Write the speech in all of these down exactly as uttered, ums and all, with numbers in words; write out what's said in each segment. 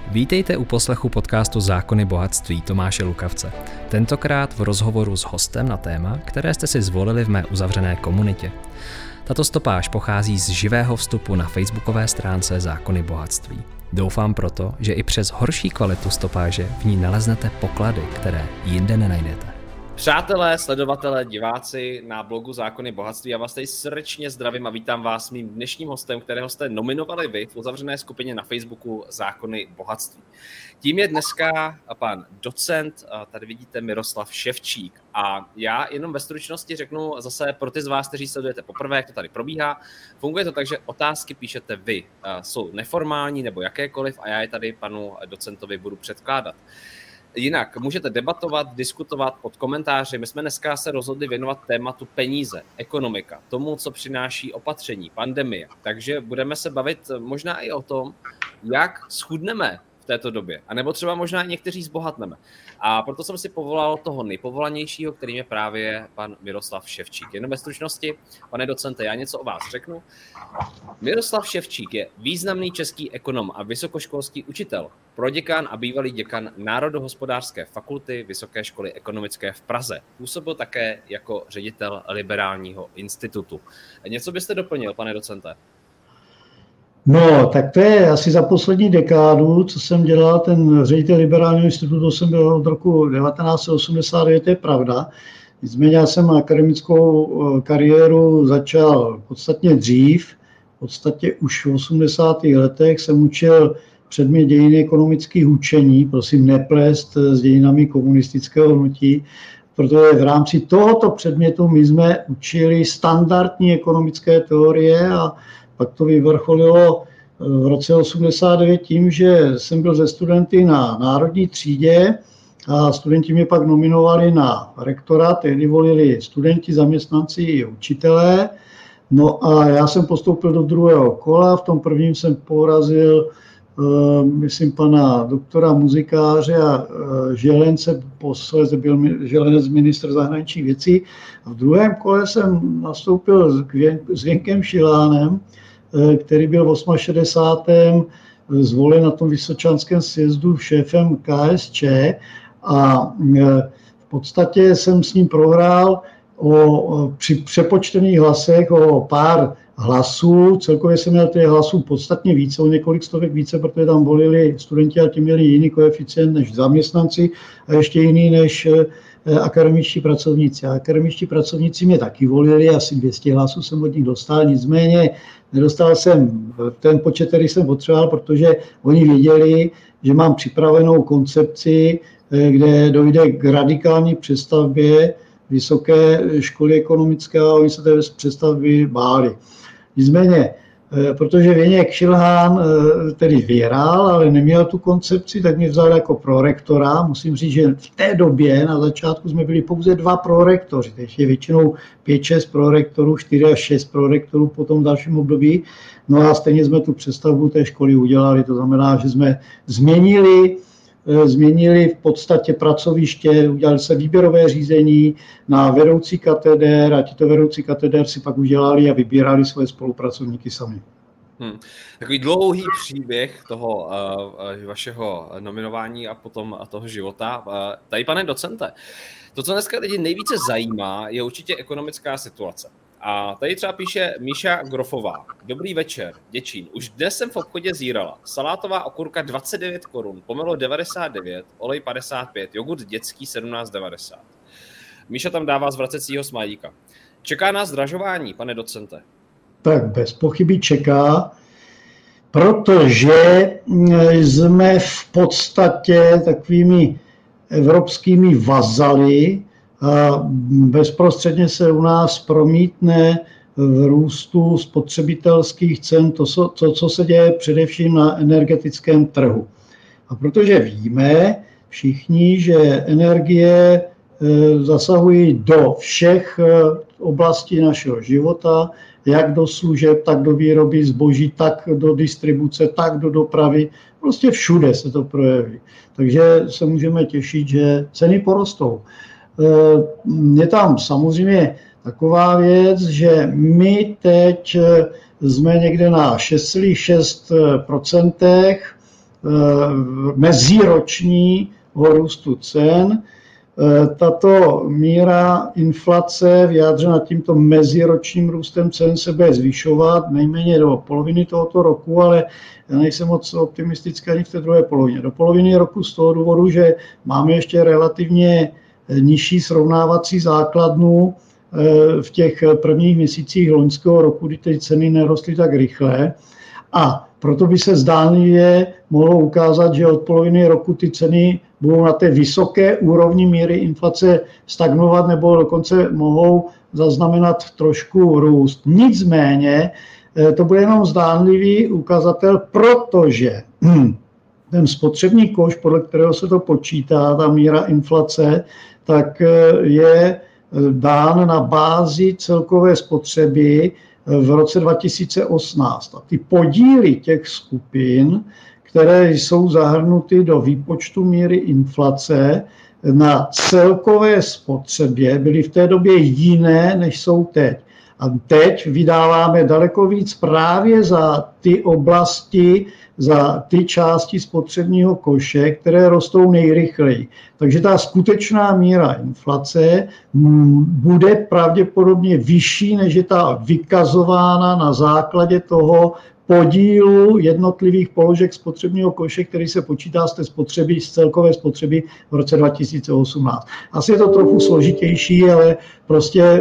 Vítejte u poslechu podcastu Zákony bohatství Tomáše Lukavce. Tentokrát v rozhovoru s hostem na téma, které jste si zvolili v mé uzavřené komunitě. Tato stopáž pochází z živého vstupu na facebookové stránce Zákony bohatství. Doufám proto, že i přes horší kvalitu stopáže v ní naleznete poklady, které jinde nenajdete. Přátelé, sledovatelé, diváci na blogu Zákony bohatství, já vás tady srdečně zdravím a vítám vás mým dnešním hostem, kterého jste nominovali vy v uzavřené skupině na Facebooku Zákony bohatství. Tím je dneska pan docent, tady vidíte Miroslav Ševčík. A já jenom ve stručnosti řeknu zase pro ty z vás, kteří sledujete poprvé, jak to tady probíhá. Funguje to tak, že otázky píšete vy. Jsou neformální nebo jakékoliv a já je tady panu docentovi budu předkládat. Jinak můžete debatovat, diskutovat pod komentáři. My jsme dneska se rozhodli věnovat tématu peníze, ekonomika, tomu, co přináší opatření, pandemie. Takže budeme se bavit možná i o tom, jak schudneme v této době. A nebo třeba možná i někteří zbohatneme. A proto jsem si povolal toho nejpovolanějšího, kterým je právě pan Miroslav Ševčík. Jenom ve stručnosti, pane docente, já něco o vás řeknu. Miroslav Ševčík je významný český ekonom a vysokoškolský učitel, proděkan a bývalý děkan Národohospodářské fakulty Vysoké školy ekonomické v Praze. Působil také jako ředitel Liberálního institutu. Něco byste doplnil, pane docente? No, tak to je asi za poslední dekádu, co jsem dělal, ten ředitel Liberálního institutu, jsem byl od roku devatenáct set osmdesát devět, to je pravda. Nicméně já jsem akademickou kariéru začal podstatně dřív, v podstatě už v osmdesátých letech jsem učil předmět dějiny ekonomických učení, prosím neplést s dějinami komunistického hnutí, protože v rámci tohoto předmětu my jsme učili standardní ekonomické teorie a pak to vyvrcholilo v roce osmdesát devět tím, že jsem byl ze studenty na národní třídě a studenti mě pak nominovali na rektora, tehdy volili studenti, zaměstnanci i učitelé. No a já jsem postoupil do druhého kola, v tom prvním jsem porazil, myslím, pana doktora Muzikáře a Želence, posledně byl Želenec ministr zahraničních věcí. A v druhém kole jsem nastoupil s Věnkem Šilánem, který byl v šedesátém osmém zvolen na tom Vysočanském sjezdu šéfem K S Č a v podstatě jsem s ním prohrál o, při přepočtených hlasech o pár hlasů. Celkově jsem měl těch hlasů podstatně více, o několik stovek více, protože tam volili studenti a ti měli jiný koeficient než zaměstnanci a ještě jiný než akademičtí pracovníci. A akademičtí pracovníci mě taky volili, asi dvě stě hlasů jsem od nich dostal, nicméně nedostal jsem ten počet, který jsem potřeboval, protože oni věděli, že mám připravenou koncepci, kde dojde k radikální přestavbě Vysoké školy ekonomické a oni se té přestavby báli. Nicméně, protože Věněk Šilhán tedy vyhrál, ale neměl tu koncepci, tak mě vzal jako prorektora. Musím říct, že v té době na začátku jsme byli pouze dva prorektoři, takže většinou pět šest prorektorů, čtyři až šest prorektorů po tom dalším období. No a stejně jsme tu přestavbu té školy udělali, to znamená, že jsme změnili Změnili v podstatě pracoviště, udělali se výběrové řízení na vedoucí katedér a tito vedoucí katedér si pak udělali a vybírali svoje spolupracovníky sami. Hmm. Takový dlouhý příběh toho uh, vašeho nominování a potom a toho života. Uh, tady, pane docente, to, co dneska lidi nejvíce zajímá, je určitě ekonomická situace. A tady třeba píše Míša Grofová. Dobrý večer, Děčín. Už dnes jsem v obchodě zírala. Salátová okurka dvacet devět korun, pomelo devadesát devět, olej padesát pět, jogurt dětský sedmnáct devadesát. Míša tam dává zvracecího smajlíka. Čeká nás zdražování, pane docente? Tak bez pochyby čeká, protože jsme v podstatě takovými evropskými vazaly a bezprostředně se u nás promítne v růstu spotřebitelských cen to, to, co se děje především na energetickém trhu. A protože víme všichni, že energie zasahují do všech oblastí našeho života, jak do služeb, tak do výroby zboží, tak do distribuce, tak do dopravy, prostě všude se to projeví. Takže se můžeme těšit, že ceny porostou. Je tam samozřejmě taková věc, že my teď jsme někde na šest celá šest procent meziročního růstu cen. Tato míra inflace vyjádřena tímto meziročním růstem cen se bude zvyšovat nejméně do poloviny tohoto roku, ale já nejsem moc optimistický ani v té druhé polovině. Do poloviny roku z toho důvodu, že máme ještě relativně nižší srovnávací základnu v těch prvních měsících loňského roku, kdy ty ceny nerostly tak rychle. A proto by se zdánlivě mohlo ukázat, že od poloviny roku ty ceny budou na té vysoké úrovni míry inflace stagnovat nebo dokonce mohou zaznamenat trošku růst. Nicméně to bude jenom zdánlivý ukazatel, protože ten spotřební koš, podle kterého se to počítá, ta míra inflace, tak je dán na bázi celkové spotřeby v roce dva tisíce osmnáct. A ty podíly těch skupin, které jsou zahrnuty do výpočtu míry inflace na celkové spotřebě, byly v té době jiné, než jsou teď. A teď vydáváme daleko víc právě za ty oblasti, za ty části spotřebního koše, které rostou nejrychleji. Takže ta skutečná míra inflace bude pravděpodobně vyšší, než je ta vykazována na základě toho podílu jednotlivých položek spotřebního koše, který se počítá z té spotřeby, z celkové spotřeby v roce dva tisíce osmnáct. Asi je to trochu složitější, ale prostě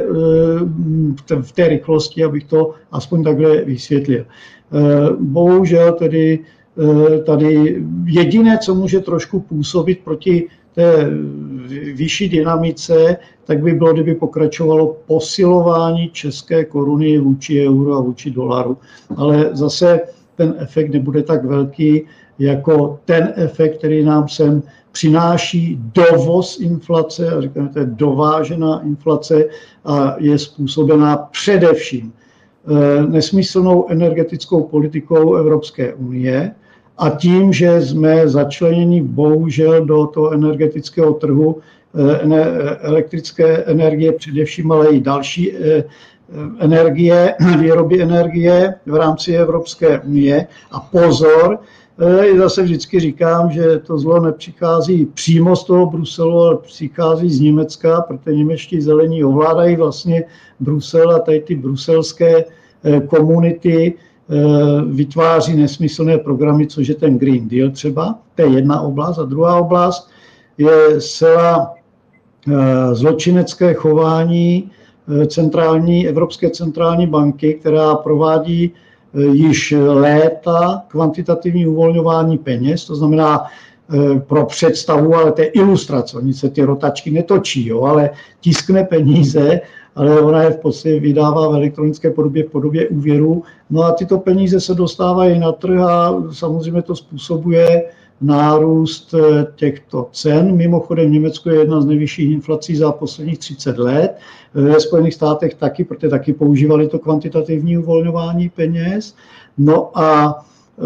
v té rychlosti, abych to aspoň takhle vysvětlil. Bohužel tedy tady jediné, co může trošku působit proti té vyšší dynamice, tak by bylo, kdyby pokračovalo posilování české koruny vůči euru a vůči dolaru. Ale zase ten efekt nebude tak velký, jako ten efekt, který nám sem přináší dovoz inflace, a říkáme, to je dovážená inflace a je způsobená především nesmyslnou energetickou politikou Evropské unie a tím, že jsme začleněni bohužel do toho energetického trhu elektrické energie především, ale i další energie, výroby energie v rámci Evropské unie. A pozor, zase vždycky říkám, že to zlo nepřichází přímo z toho Bruselu, ale přichází z Německa, protože němečtí zelení ovládají vlastně Brusel a tady ty bruselské komunity vytváří nesmyslné programy, což je ten Green Deal třeba. To je jedna oblast. A druhá oblast je zcela zločinecké chování centrální, Evropské centrální banky, která provádí již léta kvantitativní uvolňování peněz, to znamená pro představu, ale to je ilustrace, oni se ty rotačky netočí, jo, ale tiskne peníze, ale ona je v podstatě vydává v elektronické podobě, v podobě úvěru. No a tyto peníze se dostávají na trh a samozřejmě to způsobuje nárůst těchto cen. Mimochodem Německo je jedna z nejvyšších inflací za posledních třicet let. Ve Spojených státech taky, protože taky používali to kvantitativní uvolňování peněz. No a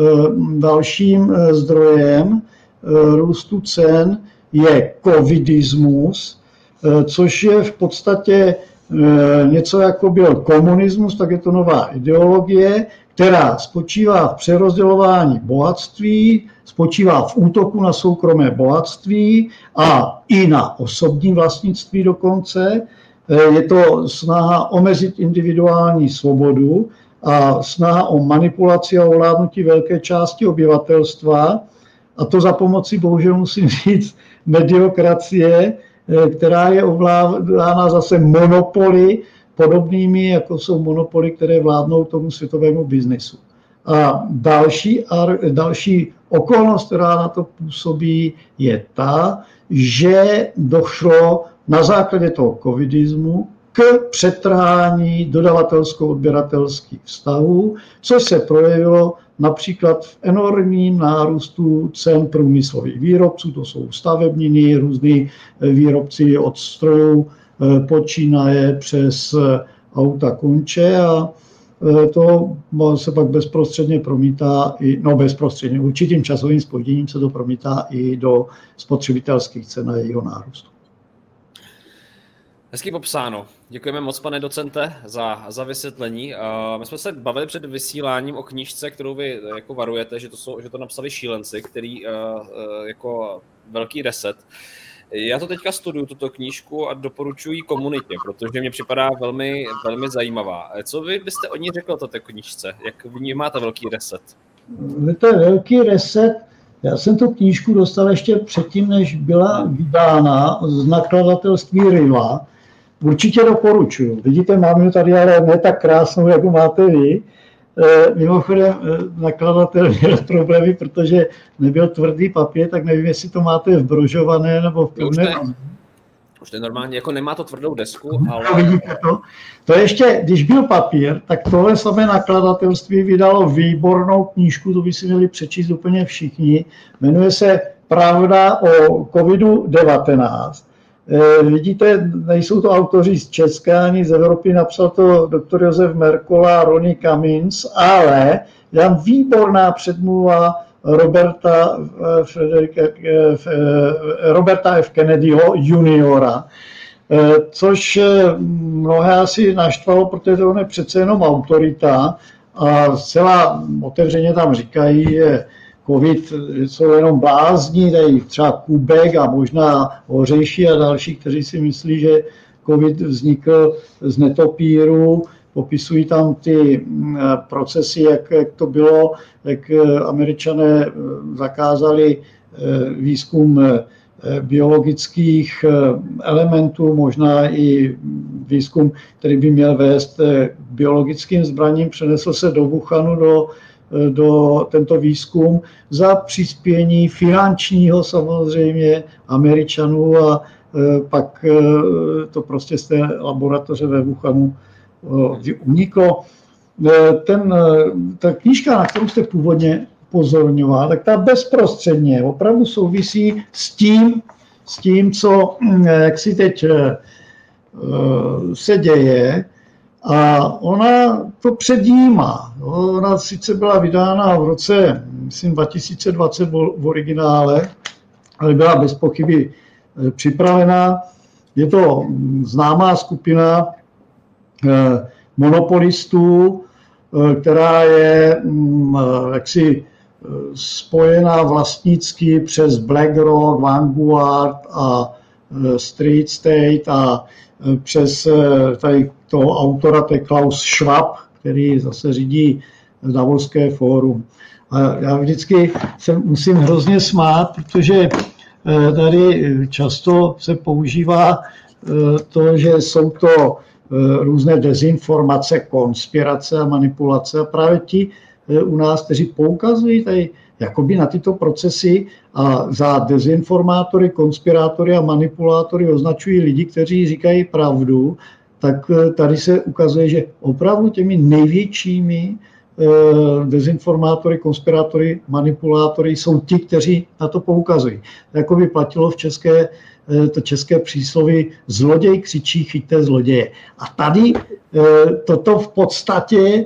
dalším zdrojem růstu cen je covidismus, což je v podstatě něco jako byl komunismus, tak je to nová ideologie, která spočívá v přerozdělování bohatství, spočívá v útoku na soukromé bohatství a i na osobní vlastnictví dokonce. Je to snaha omezit individuální svobodu a snaha o manipulaci a ovládnutí velké části obyvatelstva, a to za pomoci, bohužel musím říct, mediokracie, která je ovládána zase monopoly, podobnými, jako jsou monopoly, které vládnou tomu světovému biznesu. A další, další okolnost, která na to působí, je ta, že došlo na základě toho covidismu k přetrhání dodavatelsko-odběratelských vztahů, což se projevilo například v enormním nárůstu cen průmyslových výrobců, to jsou stavebniny, různí výrobci od strojů, počínaje přes auta konče a to se pak bezprostředně promítá, i, no bezprostředně, určitým časovým zpožděním se to promítá i do spotřebitelských cen a jejího nárůstu. Hezky popsáno. Děkujeme moc, pane docente, za, za vysvětlení. Uh, my jsme se bavili před vysíláním o knížce, kterou vy jako varujete, že to, jsou, že to napsali šílenci, který uh, uh, jako velký reset. Já to teďka studuju, tuto knížku, a doporučuji komunitě, protože mě připadá velmi, velmi zajímavá. Co vy byste o ní řekl, o této knížce? Jak vnímáte velký reset? To je velký reset. Já jsem tu knížku dostal ještě předtím, než byla vydána z nakladatelství Riva. Určitě doporučuju. Vidíte, mám ji tady, ale ne tak krásnou, jako máte vy. Mimochodem, nakladatel měl problémy, protože nebyl tvrdý papír, tak nevím, jestli to máte vbrožované nebo v pevné. Už to je normálně, jako nemá to tvrdou desku, ale... No, vidíte to? To ještě, když byl papír, tak tohle samé nakladatelství vydalo výbornou knížku, to by si měli přečíst úplně všichni. Jmenuje se Pravda o covidu devatenáct. E, vidíte, nejsou to autoři z Česka ani z Evropy, napsal to doktor Josef Merkola a Ronnie Cummins, ale je tam výborná předmluva Roberta, Frederika, Roberta F. Kennedyho juniora, což mnohé asi naštvalo, protože on je přece jenom autorita a zcela otevřeně tam říkají, že covid jsou jenom blázni, dají třeba Kubek a možná Hořejší a další, kteří si myslí, že covid vznikl z netopíru. Popisují tam ty procesy, jak, jak to bylo, jak Američané zakázali výzkum biologických elementů, možná i výzkum, který by měl vést k biologickým zbraním, přenesl se do Wuhanu, do, do tento výzkum za přispění finančního samozřejmě Američanů a pak to prostě z té laboratoře ve Wuhanu uniklo. Ten, ta knížka, na kterou jste původně upozorňoval, tak ta bezprostředně opravdu souvisí s tím, s tím, co jak si teď se děje, a ona to předjímá. Ona sice byla vydána v roce, myslím, dva tisíce dvacet v originále, ale byla bez pochyby připravená. Je to známá skupina monopolistů, která je jaksi spojená vlastnicky přes BlackRock, Vanguard a Street State a přes tady toho autora, to je Klaus Schwab, který zase řídí Davosské fórum. A já vždycky se musím hrozně smát, protože tady často se používá to, že jsou to různé dezinformace, konspirace a manipulace. A právě ti u nás, kteří poukazují tady jakoby na tyto procesy a za dezinformátory, konspirátory a manipulátory označují lidi, kteří říkají pravdu, tak tady se ukazuje, že opravdu těmi největšími dezinformátory, konspirátory, manipulátory jsou ti, kteří na to poukazují. Jako by platilo v české, to české přísloví zloděj křičí, chyťte zloděje. A tady toto v podstatě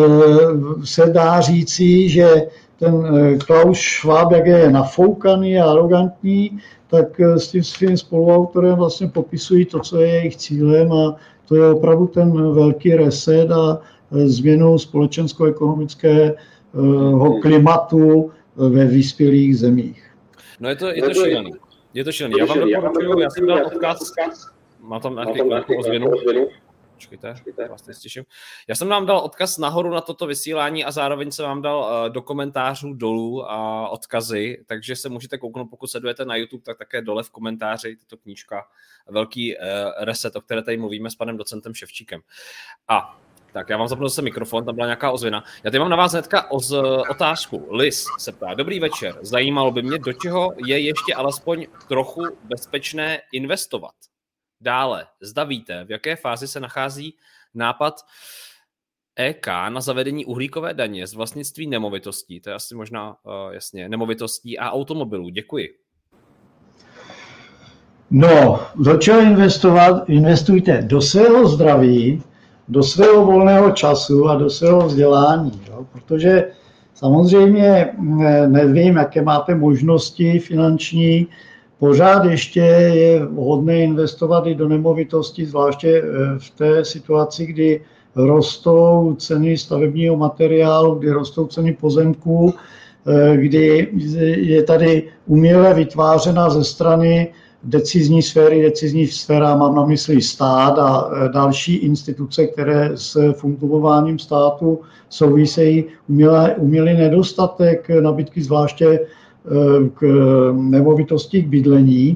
se dá říci, že ten Klaus Schwab, jak je nafoukaný a arrogantní, tak s tím svým spoluautorem vlastně popisují to, co je jejich cílem, a to je opravdu ten velký reset a změnu společensko-ekonomického klimatu ve vyspělých zemích. No je to, je to šílený. Je to šílený. Já vám doporučuju, já jsem dal odkaz, má tam nějakou ozvěnu. Počkejte, vás nestěším. Já jsem vám dal odkaz nahoru na toto vysílání a zároveň jsem vám dal do komentářů dolů a odkazy, takže se můžete kouknout, pokud sledujete na YouTube, tak také dole v komentáři tato knížka Velký reset, o které tady mluvíme s panem docentem Ševčíkem. A tak já vám zapnu zase mikrofon, tam byla nějaká ozvěna. Já tady mám na vás hnedka oz, otázku. Liz se ptá, dobrý večer, zajímalo by mě, do čeho je ještě alespoň trochu bezpečné investovat. Dále, zda víte, v jaké fázi se nachází nápad E K na zavedení uhlíkové daně z vlastnictví nemovitostí, to je asi možná, uh, jasně, nemovitostí a automobilů. Děkuji. No, do čeho investovat? Investujte do svého zdraví, do svého volného času a do svého vzdělání, jo? Protože samozřejmě nevím, jaké máte možnosti finanční, pořád ještě je vhodné investovat i do nemovitostí, zvláště v té situaci, kdy rostou ceny stavebního materiálu, kdy rostou ceny pozemků, kdy je tady uměle vytvářena ze strany decizní sféry, decizní sféra, mám na mysli stát a další instituce, které s fungováním státu souvisejí, umělý nedostatek nabídky, zvláště k nemovitosti k bydlení.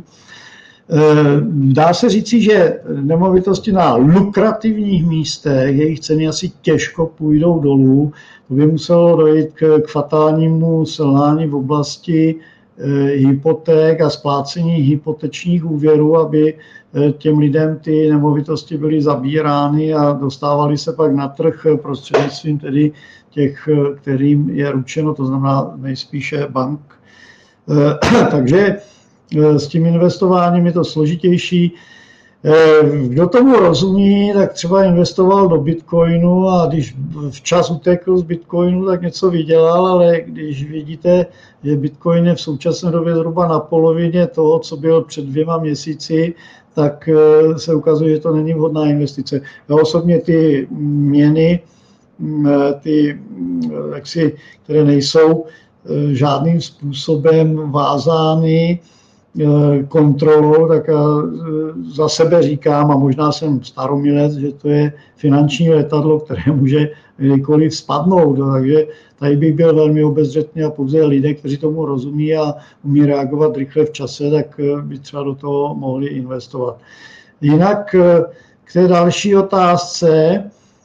Dá se říci, že nemovitosti na lukrativních místech, jejich ceny asi těžko půjdou dolů. To by muselo dojít k, k fatálnímu selhání v oblasti hypoték a splácení hypotečních úvěrů, aby těm lidem ty nemovitosti byly zabírány a dostávaly se pak na trh prostřednictvím tedy těch, kterým je ručeno, to znamená nejspíše bank. Takže s tím investováním je to složitější. Kdo tomu rozumí, tak třeba investoval do Bitcoinu a když včas utekl z Bitcoinu, tak něco vydělal, ale když vidíte, že Bitcoin je v současné době zhruba na polovině toho, co byl před dvěma měsíci, tak se ukazuje, že to není vhodná investice. Já osobně ty měny, ty, jaksi, které nejsou žádným způsobem vázány kontrolou, tak já za sebe říkám, a možná jsem staromilec, že to je finanční letadlo, které může kdykoliv spadnout. Takže tady bych byl velmi obezřetný a pouze lidé, kteří tomu rozumí a umí reagovat rychle v čase, tak by třeba do toho mohli investovat. Jinak k té další otázce,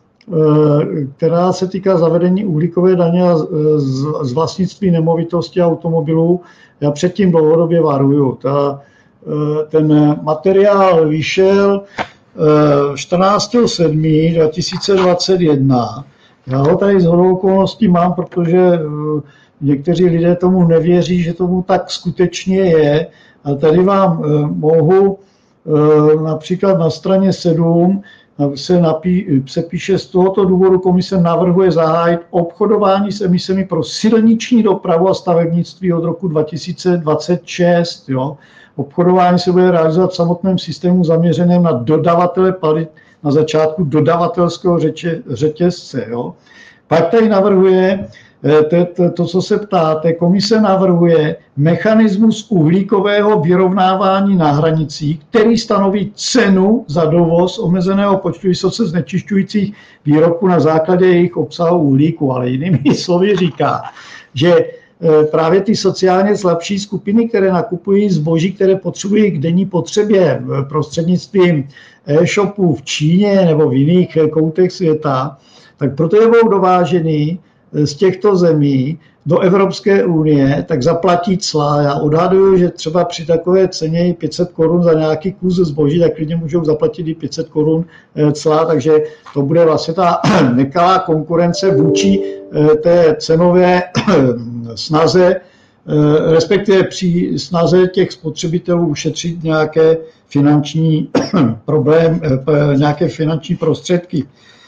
která se týká zavedení uhlíkové daně z vlastnictví nemovitosti a automobilů, já předtím dlouhodobě varuju. Ta, ten materiál vyšel čtrnáctého sedmého dva tisíce dvacet jedna. Já ho tady shodou okolností mám, protože někteří lidé tomu nevěří, že tomu tak skutečně je. A tady vám mohu například na straně sedm se, napí, se píše, z tohoto důvodu komise navrhuje zahájit obchodování s emisemi pro silniční dopravu a stavebnictví od roku dva tisíce dvacet šest. Jo. Obchodování se bude realizovat v samotném systému zaměřeném na dodavatele paliv na začátku dodavatelského řeče, řetězce. Jo. Pak tady navrhuje, to, to, to, co se ptáte, komise navrhuje mechanismus uhlíkového vyrovnávání na hranicích, který stanoví cenu za dovoz omezeného počtu vysoce znečišťujících výrobků na základě jejich obsahu uhlíku, ale jinými slovy říká, že právě ty sociálně slabší skupiny, které nakupují zboží, které potřebují k denní potřebě prostřednictvím e-shopů v Číně nebo v jiných koutech světa, tak proto je budou dováženy z těchto zemí do Evropské unie, tak zaplatí cla. Já odhaduju, že třeba při takové ceně pět set korun za nějaký kus zboží, tak lidé můžou zaplatit i pět set korun cla, takže to bude vlastně ta nekalá konkurence vůči té cenové snaze, respektive při snaze těch spotřebitelů ušetřit nějaké finanční problém, nějaké finanční prostředky.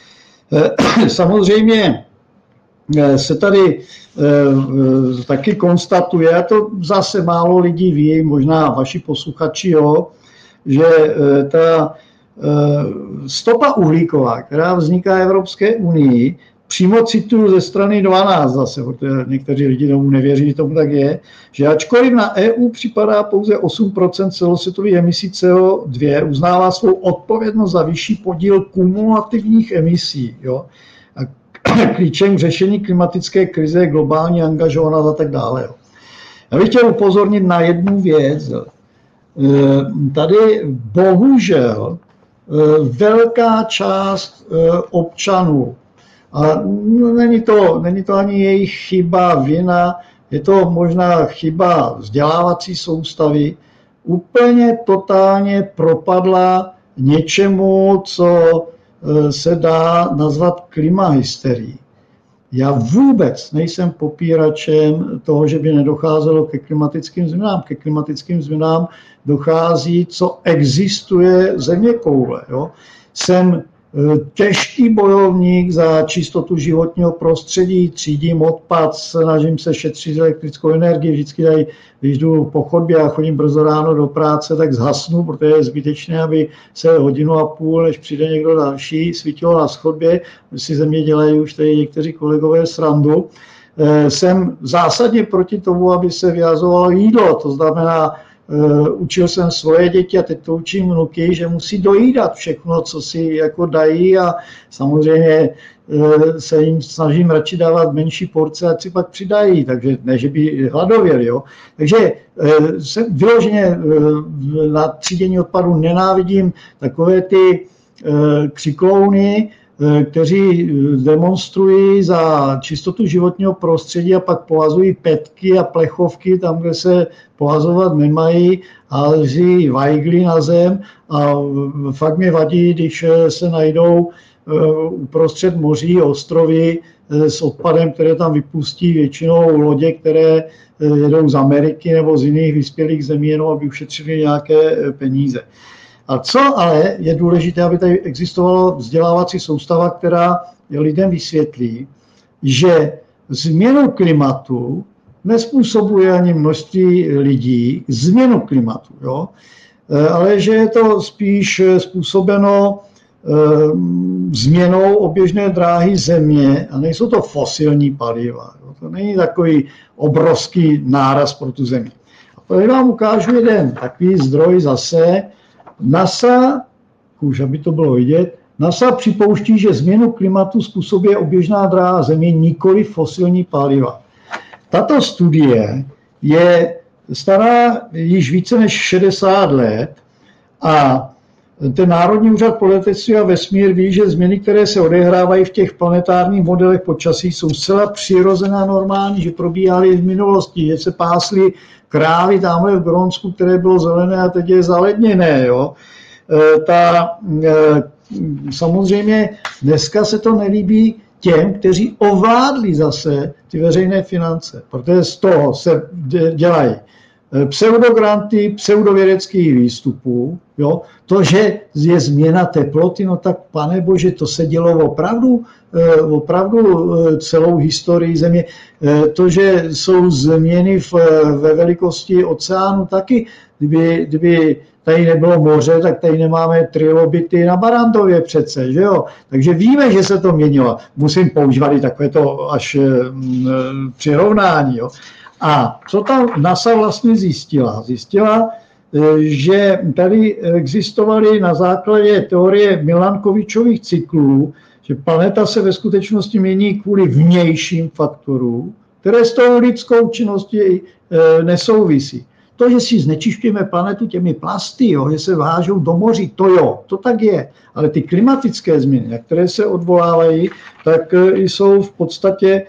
Samozřejmě se tady e, taky konstatuje, a to zase málo lidí ví, možná vaši posluchači, jo, že e, ta e, stopa uhlíková, která vzniká Evropské unii, přímo cituju ze strany dvanáct zase, protože někteří lidi tomu nevěří, tomu tak je, že ačkoliv na E U připadá pouze osm procent celosvětových emisí C O dva, uznává svou odpovědnost za vyšší podíl kumulativních emisí. Jo. Klíčem k řešení klimatické krize je globální angažovanost a tak dále. Já bych chtěl upozornit na jednu věc. Tady bohužel velká část občanů, a není to, není to ani jejich chyba, vina, je to možná chyba vzdělávací soustavy, úplně totálně propadla něčemu, co se dá nazvat klimahysterií. Já vůbec nejsem popíračem toho, že by nedocházelo ke klimatickým změnám. Ke klimatickým změnám dochází, co existuje zeměkoule. Jo. Jsem těžký bojovník za čistotu životního prostředí, třídím odpad, snažím se šetřit elektrickou energii, vždycky tady, když jdu po chodbě a chodím brzo ráno do práce, tak zhasnu, protože je zbytečné, aby se hodinu a půl, než přijde někdo další, svítilo na schodbě, si ze mě dělají už tady někteří kolegové srandu. Jsem zásadně proti tomu, aby se vyhazovalo jídlo, to znamená, učil jsem svoje děti a teď to učím vnuky, že musí dojídat všechno, co si jako dají a samozřejmě se jim snažím radši dávat menší porce, ať si pak přidají, takže ne, že by hladověli. Jo. Takže jsem vyloženě na třídění odpadu nenávidím takové ty křiklouny, kteří demonstrují za čistotu životního prostředí a pak pohazují petky a plechovky tam, kde se pohazovat nemají a leží vajgly na zem a fakt mě vadí, když se najdou uprostřed moří ostrovy s odpadem, které tam vypustí většinou lodě, které jedou z Ameriky nebo z jiných vyspělých zemí, jenom aby ušetřili nějaké peníze. A co ale je důležité, aby tady existovala vzdělávací soustava, která lidem vysvětlí, že změnu klimatu nezpůsobuje ani množství lidí, změnu klimatu, jo? Ale že je to spíš způsobeno e, změnou oběžné dráhy země a nejsou to fosilní paliva. Jo? To není takový obrovský náraz pro tu zemi. A tady vám ukážu jeden takový zdroj zase. NASA, už aby to bylo vidět, NASA připouští, že změnu klimatu způsobuje oběžná dráha země, nikoli fosilní paliva. Tato studie je stará již více než šedesát let a ten Národní úřad pro letectví a vesmír ví, že změny, které se odehrávají v těch planetárních modelech počasí, jsou zcela přirozené a normální, že probíhaly v minulosti, že se pásly krávy tamhle v Grónsku, které bylo zelené a teď je zaledněné. Jo. Ta, samozřejmě dneska se to nelíbí těm, kteří ovládli zase ty veřejné finance, protože z toho se dělají pseudogranty, pseudovědeckých výstupů, jo. To, že je změna teploty, no tak pane bože, to se dělo opravdu, opravdu celou historii země. To, že jsou změny v, ve velikosti oceánu taky, kdyby, kdyby tady nebylo moře, tak tady nemáme trilobity na Barantově přece, že jo. Takže víme, že se to měnilo. Musím používat i takovéto až přirovnání, jo. A co tam NASA vlastně zjistila? Zjistila, že tady existovaly na základě teorie Milankovičových cyklů, že planeta se ve skutečnosti mění kvůli vnějším faktorům, které s tou lidskou činností nesouvisí. To, že si znečišťujeme planetu těmi plasty, jo, že se vážou do moří, to jo, to tak je. Ale ty klimatické změny, na které se odvolávají, tak jsou v podstatě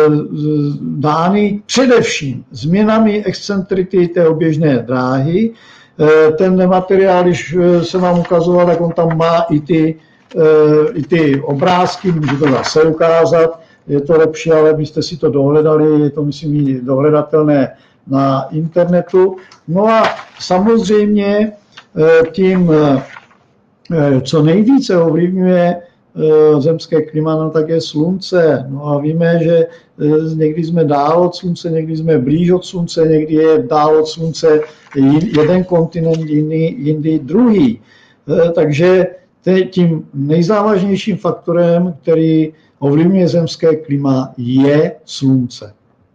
dány především změnami excentrity té oběžné dráhy. Ten materiál, když se vám ukazoval, tak on tam má i ty, i ty obrázky, můžu to zase ukázat, je to lepší, ale byste si to dohledali, je to myslím dohledatelné na internetu. No a samozřejmě tím, co nejvíce ovlivňuje zemské klima, no tak je slunce. No a víme, že někdy jsme dál od slunce, někdy jsme blíž od slunce, někdy je dál od slunce jeden kontinent, jiný, jindy druhý. Takže tím nejzávažnějším faktorem, který ovlivňuje zemské klima, je slunce.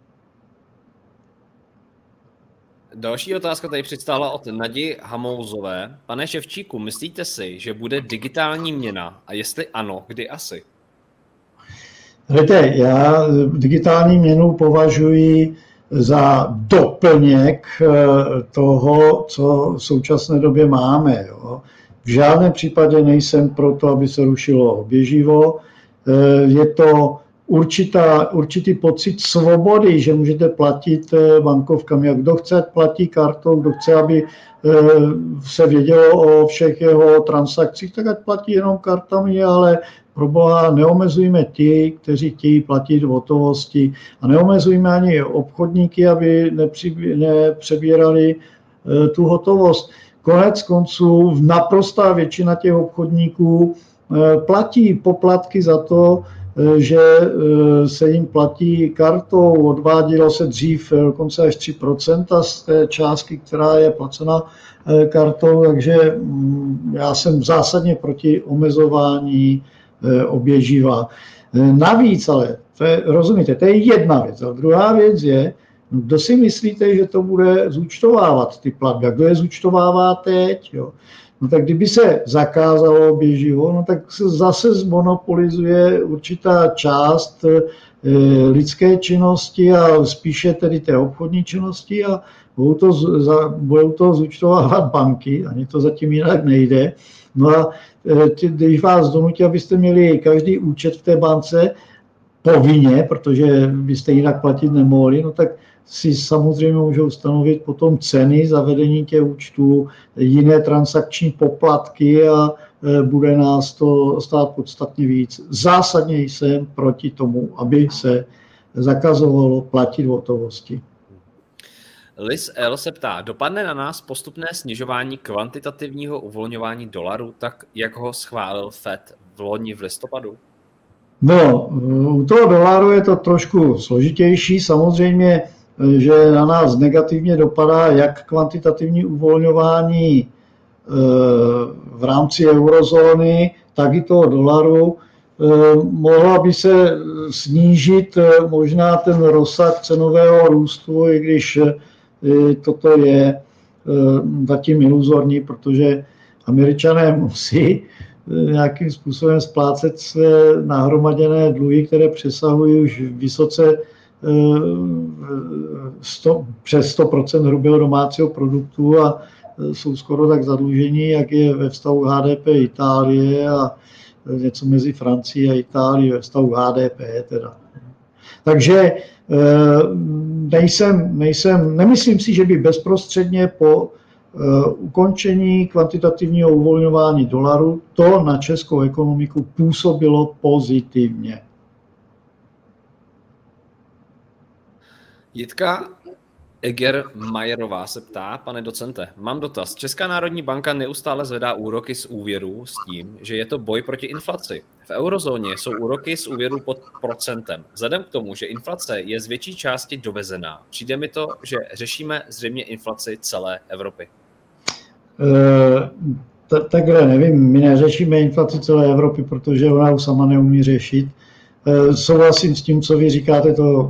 Další otázka tady přistála od Nadi Hamouzové. Pane Ševčíku, myslíte si, že bude digitální měna? A jestli ano, kdy asi? Víte, já digitální měnu považuji za doplněk toho, co v současné době máme. Jo. V žádném případě nejsem proto, aby se rušilo oběživo. Je to Určitá, určitý pocit svobody, že můžete platit bankovkami. A kdo chce, platí kartou, kdo chce, aby se vědělo o všech jeho transakcích, tak ať platí jenom kartami, ale proboha neomezujme ti, kteří chtějí platit v hotovosti a neomezujme ani obchodníky, aby nepřebírali tu hotovost. Konec konců naprostá většina těch obchodníků platí poplatky za to, že se jim platí kartou, odvádělo se dřív dokonce až tři procenta z té částky, která je placena kartou, takže já jsem zásadně proti omezování oběživa. Navíc ale, to je, rozumíte, to je jedna věc. A druhá věc je, kdo si myslíte, že to bude zúčtovávat ty platby? Kdo je zúčtovává teď? Jo? No tak kdyby se zakázalo oběživo, no tak se zase zmonopolizuje určitá část e, lidské činnosti a spíše tedy té obchodní činnosti a budou to, za, budou to zúčtovávat banky, ani to zatím jinak nejde. No a e, když vás donutí, abyste měli každý účet v té bance povinně, protože byste jinak platit nemohli, no tak si samozřejmě můžou stanovit potom ceny za vedení těch účtů, jiné transakční poplatky a bude nás to stát podstatně víc. Zásadně jsem proti tomu, aby se zakazovalo platit v hotovosti. Liz L. se ptá, dopadne na nás postupné snižování kvantitativního uvolňování dolaru, tak jak ho schválil Fed v loni v listopadu? No, u toho dolaru je to trošku složitější. Samozřejmě, že na nás negativně dopadá jak kvantitativní uvolňování v rámci eurozóny, tak i toho dolaru. Mohla by se snížit možná ten rozsah cenového růstu, i když toto je zatím iluzorní, protože Američané musí nějakým způsobem splácet své nahromaděné dluhy, které přesahují už vysoce sto, přes sto procent hrubého domácího produktu a jsou skoro tak zadlužení, jak je ve vztahu H D P Itálie a něco mezi Francií a Itálií ve vztahu H D P teda. Takže nejsem, nejsem, nemyslím si, že by bezprostředně po ukončení kvantitativního uvolňování dolaru to na českou ekonomiku působilo pozitivně. Jitka Egermajerová se ptá, pane docente, mám dotaz. Česká národní banka neustále zvedá úroky z úvěrů s tím, že je to boj proti inflaci. V eurozóně jsou úroky z úvěrů pod procentem. Vzhledem k tomu, že inflace je z větší části dovezená, přijde mi to, že řešíme zřejmě inflaci celé Evropy. E, takhle nevím, my neřešíme inflaci celé Evropy, protože ona už sama neumí řešit. E, souhlasím s tím, co vy říkáte, to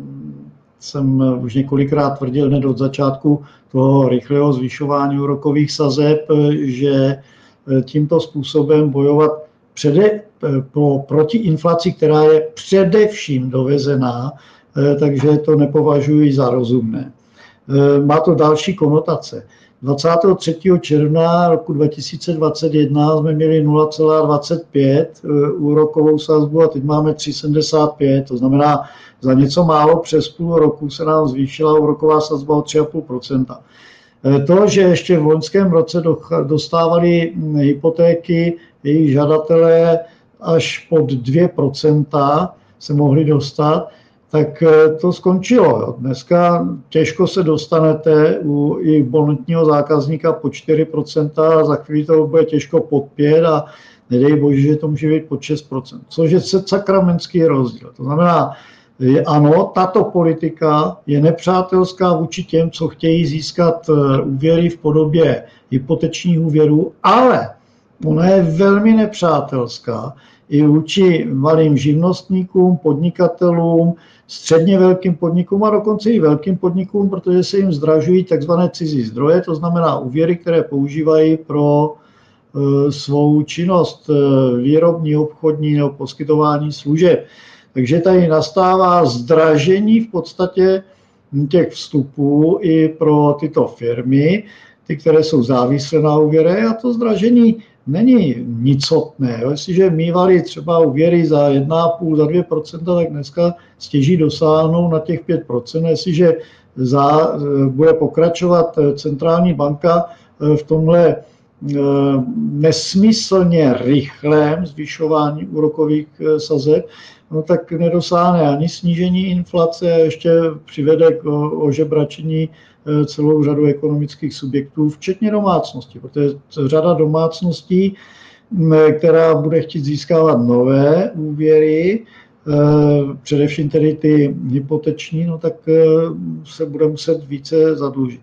jsem už několikrát tvrdil hned od začátku toho rychlého zvyšování úrokových sazeb, že tímto způsobem bojovat přede, pro, proti inflaci, která je především dovezená, takže to nepovažuji za rozumné. Má to další konotace. dvacátého třetího června roku dva tisíce dvacet jedna jsme měli nula celá dvacet pět úrokovou sazbu a teď máme tři celá sedmdesát pět, to znamená, za něco málo přes půl roku se nám zvýšila úroková sazba o tři celá pět procenta. To, že ještě v loňském roce dostávali hypotéky jejich žadatelé až pod dvě procenta se mohli dostat, tak to skončilo. Dneska těžko se dostanete u i bonitního zákazníka pod čtyři procenta a za chvíli to bude těžko pod pět a nedej bože, že to může být pod šest procent, což je sakramentský rozdíl. To znamená, ano, tato politika je nepřátelská vůči těm, co chtějí získat úvěry v podobě hypotečních úvěrů, ale ona je velmi nepřátelská i vůči malým živnostníkům, podnikatelům, středně velkým podnikům a dokonce i velkým podnikům, protože se jim zdražují takzvané cizí zdroje, to znamená úvěry, které používají pro e, svou činnost e, výrobní, obchodní nebo poskytování služeb. Takže tady nastává zdražení v podstatě těch vstupů i pro tyto firmy, ty, které jsou závislé na úvěry, a to zdražení není nicotné. Jestliže mívali třeba úvěry za jedna celá pět, za dvě procenta, tak dneska stěží dosáhnou na těch pět procent. Jestliže za, bude pokračovat centrální banka v tomhle nesmyslně rychlém zvyšování úrokových sazeb, no tak nedosáhne ani snížení inflace a ještě přivede k ožebračení celou řadu ekonomických subjektů, včetně domácností, protože řada domácností která bude chtít získávat nové úvěry, především tedy ty hypoteční, no tak se bude muset více zadlužit.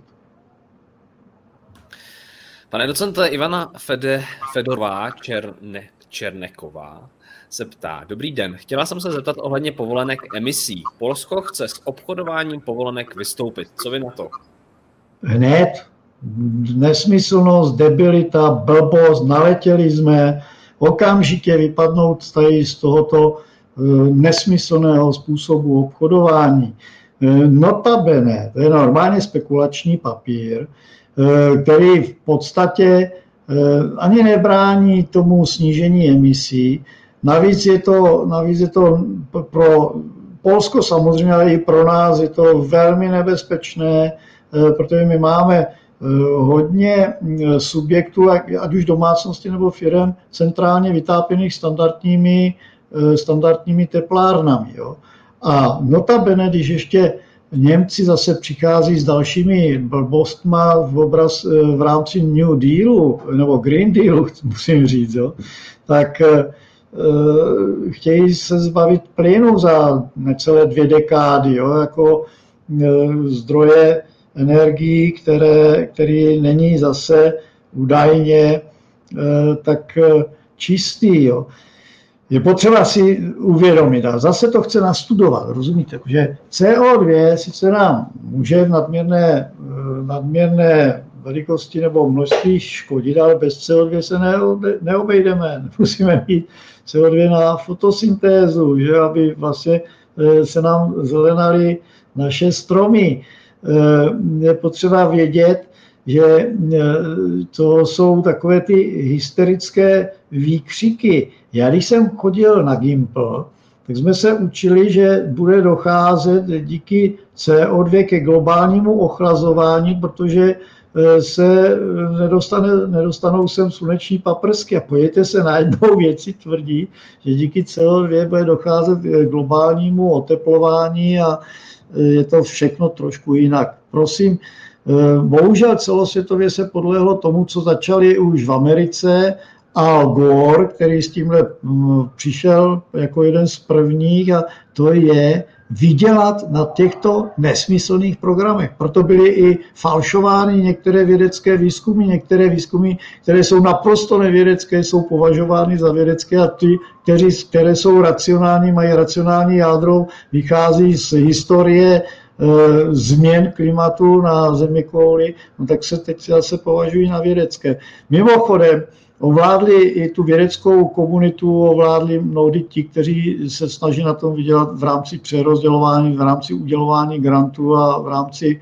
Pane docente, Ivana Fede, Fedorová Černe, Černeková se ptá. Dobrý den, chtěla jsem se zeptat ohledně povolenek emisí. Polsko chce s obchodováním povolenek vystoupit. Co vy na to? Hned. Nesmyslnost, debilita, blbost, naletěli jsme, okamžitě vypadnout tady z tohoto nesmyslného způsobu obchodování. Notabene, to je normálně spekulační papír, který v podstatě ani nebrání tomu snížení emisí. Navíc je to, navíc je to pro Polsko samozřejmě, ale i pro nás je to velmi nebezpečné, protože my máme hodně subjektů, ať už domácnosti nebo firem, centrálně vytápěných standardními, standardními teplárnami. Jo. A notabene, když ještě Němci zase přichází s dalšími blbostma v, obraz, v rámci New Dealu, nebo Green Dealu, musím říct, jo, tak e, chtějí se zbavit plynu za necelé dvě dekády, jo, jako e, zdroje energií, které, který není zase údajně e, tak čistý. Jo. Je potřeba si uvědomit, a zase to chce nastudovat, rozumíte, že C O dva sice nám může v nadměrné, nadměrné velikosti nebo množství škodit, ale bez C O dva se neobejdeme. Musíme mít C O dva na fotosyntézu, že, aby vlastně se nám zelenaly naše stromy. Je potřeba vědět, že to jsou takové ty hysterické výkřiky. Já když jsem chodil na Gimpl, tak jsme se učili, že bude docházet díky C O dva ke globálnímu ochlazování, protože se nedostane, nedostanou sem sluneční paprsky a pojďte se najednou věci tvrdí, že díky C O dva bude docházet k globálnímu oteplování a je to všechno trošku jinak. Prosím, bohužel celosvětově se podlehlo tomu, co začali už v Americe, Al Gore, který s tímhle přišel jako jeden z prvních, a to je vydělat na těchto nesmyslných programech. Proto byly i falšovány některé vědecké výzkumy, některé výzkumy, které jsou naprosto nevědecké, jsou považovány za vědecké a ty, kteří, které jsou racionální, mají racionální jádro, vychází z historie e, změn klimatu na zeměkouli, no tak se teď zase považují na vědecké. Mimochodem, ovládli i tu vědeckou komunitu, ovládli mnohdy ti, kteří se snaží na tom vydělat v rámci přerozdělování, v rámci udělování grantů a v rámci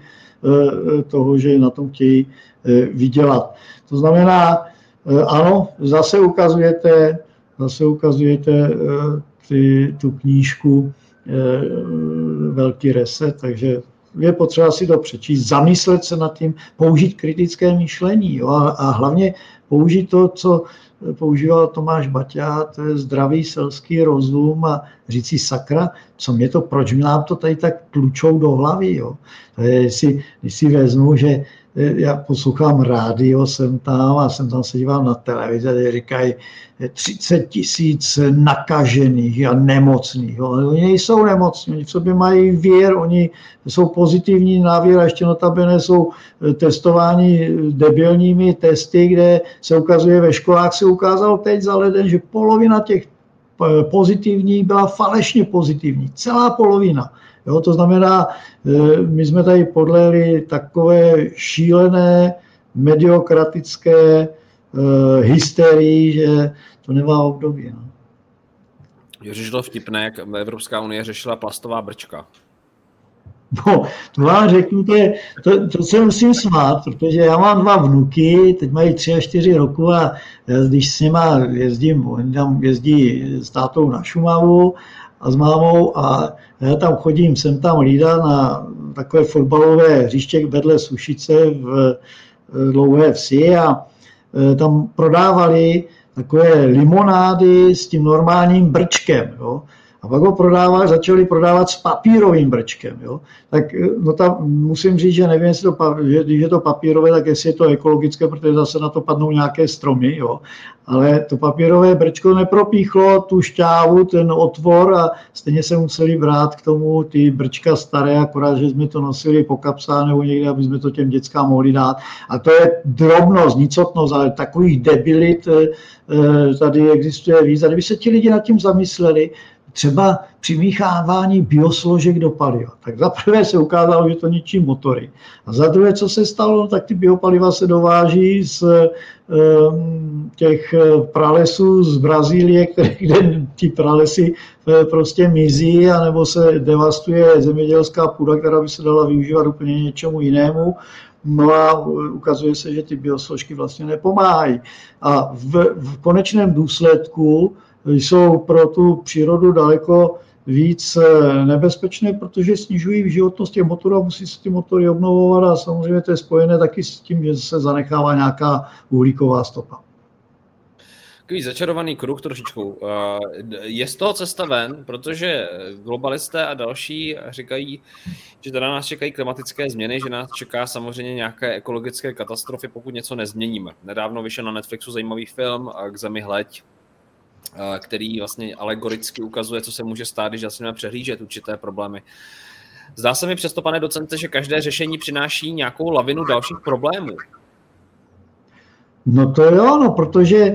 toho, že na tom chtějí vydělat. To znamená, ano, zase ukazujete, zase ukazujete ty, tu knížku Velký reset, takže je potřeba si to přečíst, zamyslet se nad tím, použít kritické myšlení, jo, a, a hlavně použít to, co používal Tomáš Baťa, to je zdravý selský rozum a říct si sakra, co mě to, proč nám to tady tak tlučou do hlavy. Jo. Když si, když si vezmu, že já poslouchám rádio, jsem tam a jsem tam se díval na televizi, kde říkají třicet tisíc nakažených a nemocných. Jo. Oni nejsou nemocní, oni v sobě mají vír, oni jsou pozitivní na vír a ještě notabene jsou testováni debilními testy, kde se ukazuje ve školách, se ukázalo teď za leden, že polovina těch pozitivních byla falešně pozitivní. Celá polovina. Jo, to znamená, my jsme tady podlehli takové šílené, mediokratické uh, hysterii, že to nemá období. No. Je řešilo vtipné, jak Evropská unie řešila plastová brčka. No, to vám řeknu, to, je, to, to se musím smát, protože já mám dva vnuky, teď mají tři a čtyři roku a když s nima jezdím, oni tam jezdí s tátou na Šumavu a s mámou a já tam chodím, jsem tam lídal na takové fotbalové hřiště vedle Sušice v Dlouhé Vsi a tam prodávali takové limonády s tím normálním brčkem. Jo. A pak ho prodává, začali prodávat s papírovým brčkem. Jo? Tak no tam musím říct, že nevím, jestli to, že, když je to papírové, tak jestli je to ekologické, protože zase na to padnou nějaké stromy. Jo? Ale to papírové brčko nepropíchlo tu šťávu, ten otvor a stejně se museli brát k tomu ty brčka staré, akorát, že jsme to nosili po kapsách nebo někde, aby jsme to těm dětskám mohli dát. A to je drobnost, nicotnost, ale takových debilit tady existuje víc. A kdyby se ti lidi nad tím zamysleli, třeba přimíchávání biosložek do paliva. Tak za prvé se ukázalo, že to ničí motory. A za druhé, co se stalo, tak ty biopaliva se dováží z těch pralesů z Brazílie, které, kde ty pralesy prostě mizí, anebo se devastuje zemědělská půda, která by se dala využívat úplně něčemu jinému. No a ukazuje se, že ty biosložky vlastně nepomáhají. A v, v konečném důsledku jsou pro tu přírodu daleko víc nebezpečné, protože snižují životnost těch motorů a musí se ty motory obnovovat a samozřejmě to je spojené taky s tím, že se zanechává nějaká uhlíková stopa. Takový začarovaný kruh trošičku. Je z toho cesta ven, protože globalisté a další říkají, že teda nás čekají klimatické změny, že nás čeká samozřejmě nějaké ekologické katastrofy, pokud něco nezměníme. Nedávno vyšel na Netflixu zajímavý film K zemi hleď, který vlastně alegoricky ukazuje, co se může stát, když začneme přehlížet určité problémy. Zdá se mi přesto, pane docente, že každé řešení přináší nějakou lavinu dalších problémů. No to jo, no, protože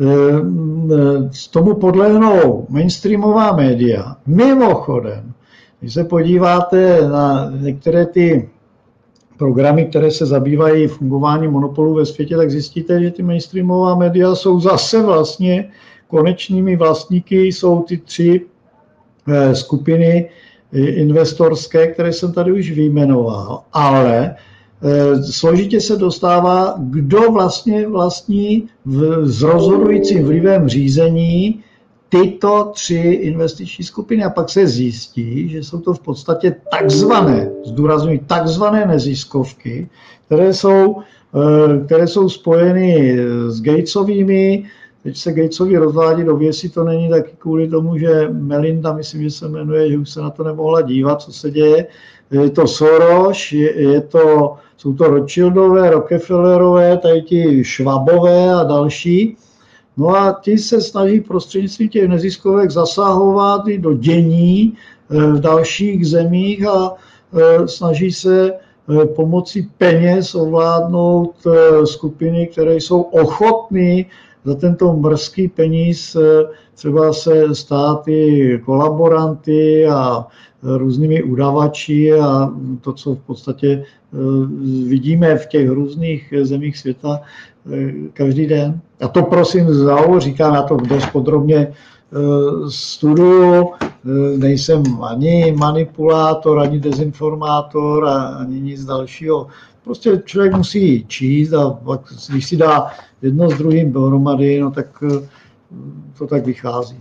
z tomu podlehnou mainstreamová média. Mimochodem, když se podíváte na některé ty programy, které se zabývají fungováním monopolů ve světě, tak zjistíte, že ty mainstreamová média jsou zase vlastně konečnými vlastníky, jsou ty tři skupiny investorské, které jsem tady už vyjmenoval, ale složitě se dostává, kdo vlastně vlastní v, s rozhodujícím vlivem řízení tyto tři investiční skupiny. A pak se zjistí, že jsou to v podstatě takzvané, zdůrazňuji, takzvané neziskovky, které jsou, které jsou spojeny s Gatesovými. Teď se Gatesovi rozvádí do věci, to není taky kvůli tomu, že Melinda, myslím, že se jmenuje, že už se na to nemohla dívat, co se děje. Je to Soros, je, je to, jsou to Rothschildové, Rockefellerové, tady ti Schwabové a další. No a ti se snaží prostřednictvím těch neziskovek zasahovat i do dění v dalších zemích a snaží se pomocí peněz ovládnout skupiny, které jsou ochotné za tento mrzký peníz třeba se stát i kolaboranty a různými udavači a to, co v podstatě vidíme v těch různých zemích světa každý den. A to prosím zau, říkám, já to dost podrobně studuju, nejsem ani manipulátor, ani dezinformátor, ani nic dalšího. Prostě člověk musí číst a pak, když si dá jedno s druhým dohromady, no tak to tak vychází.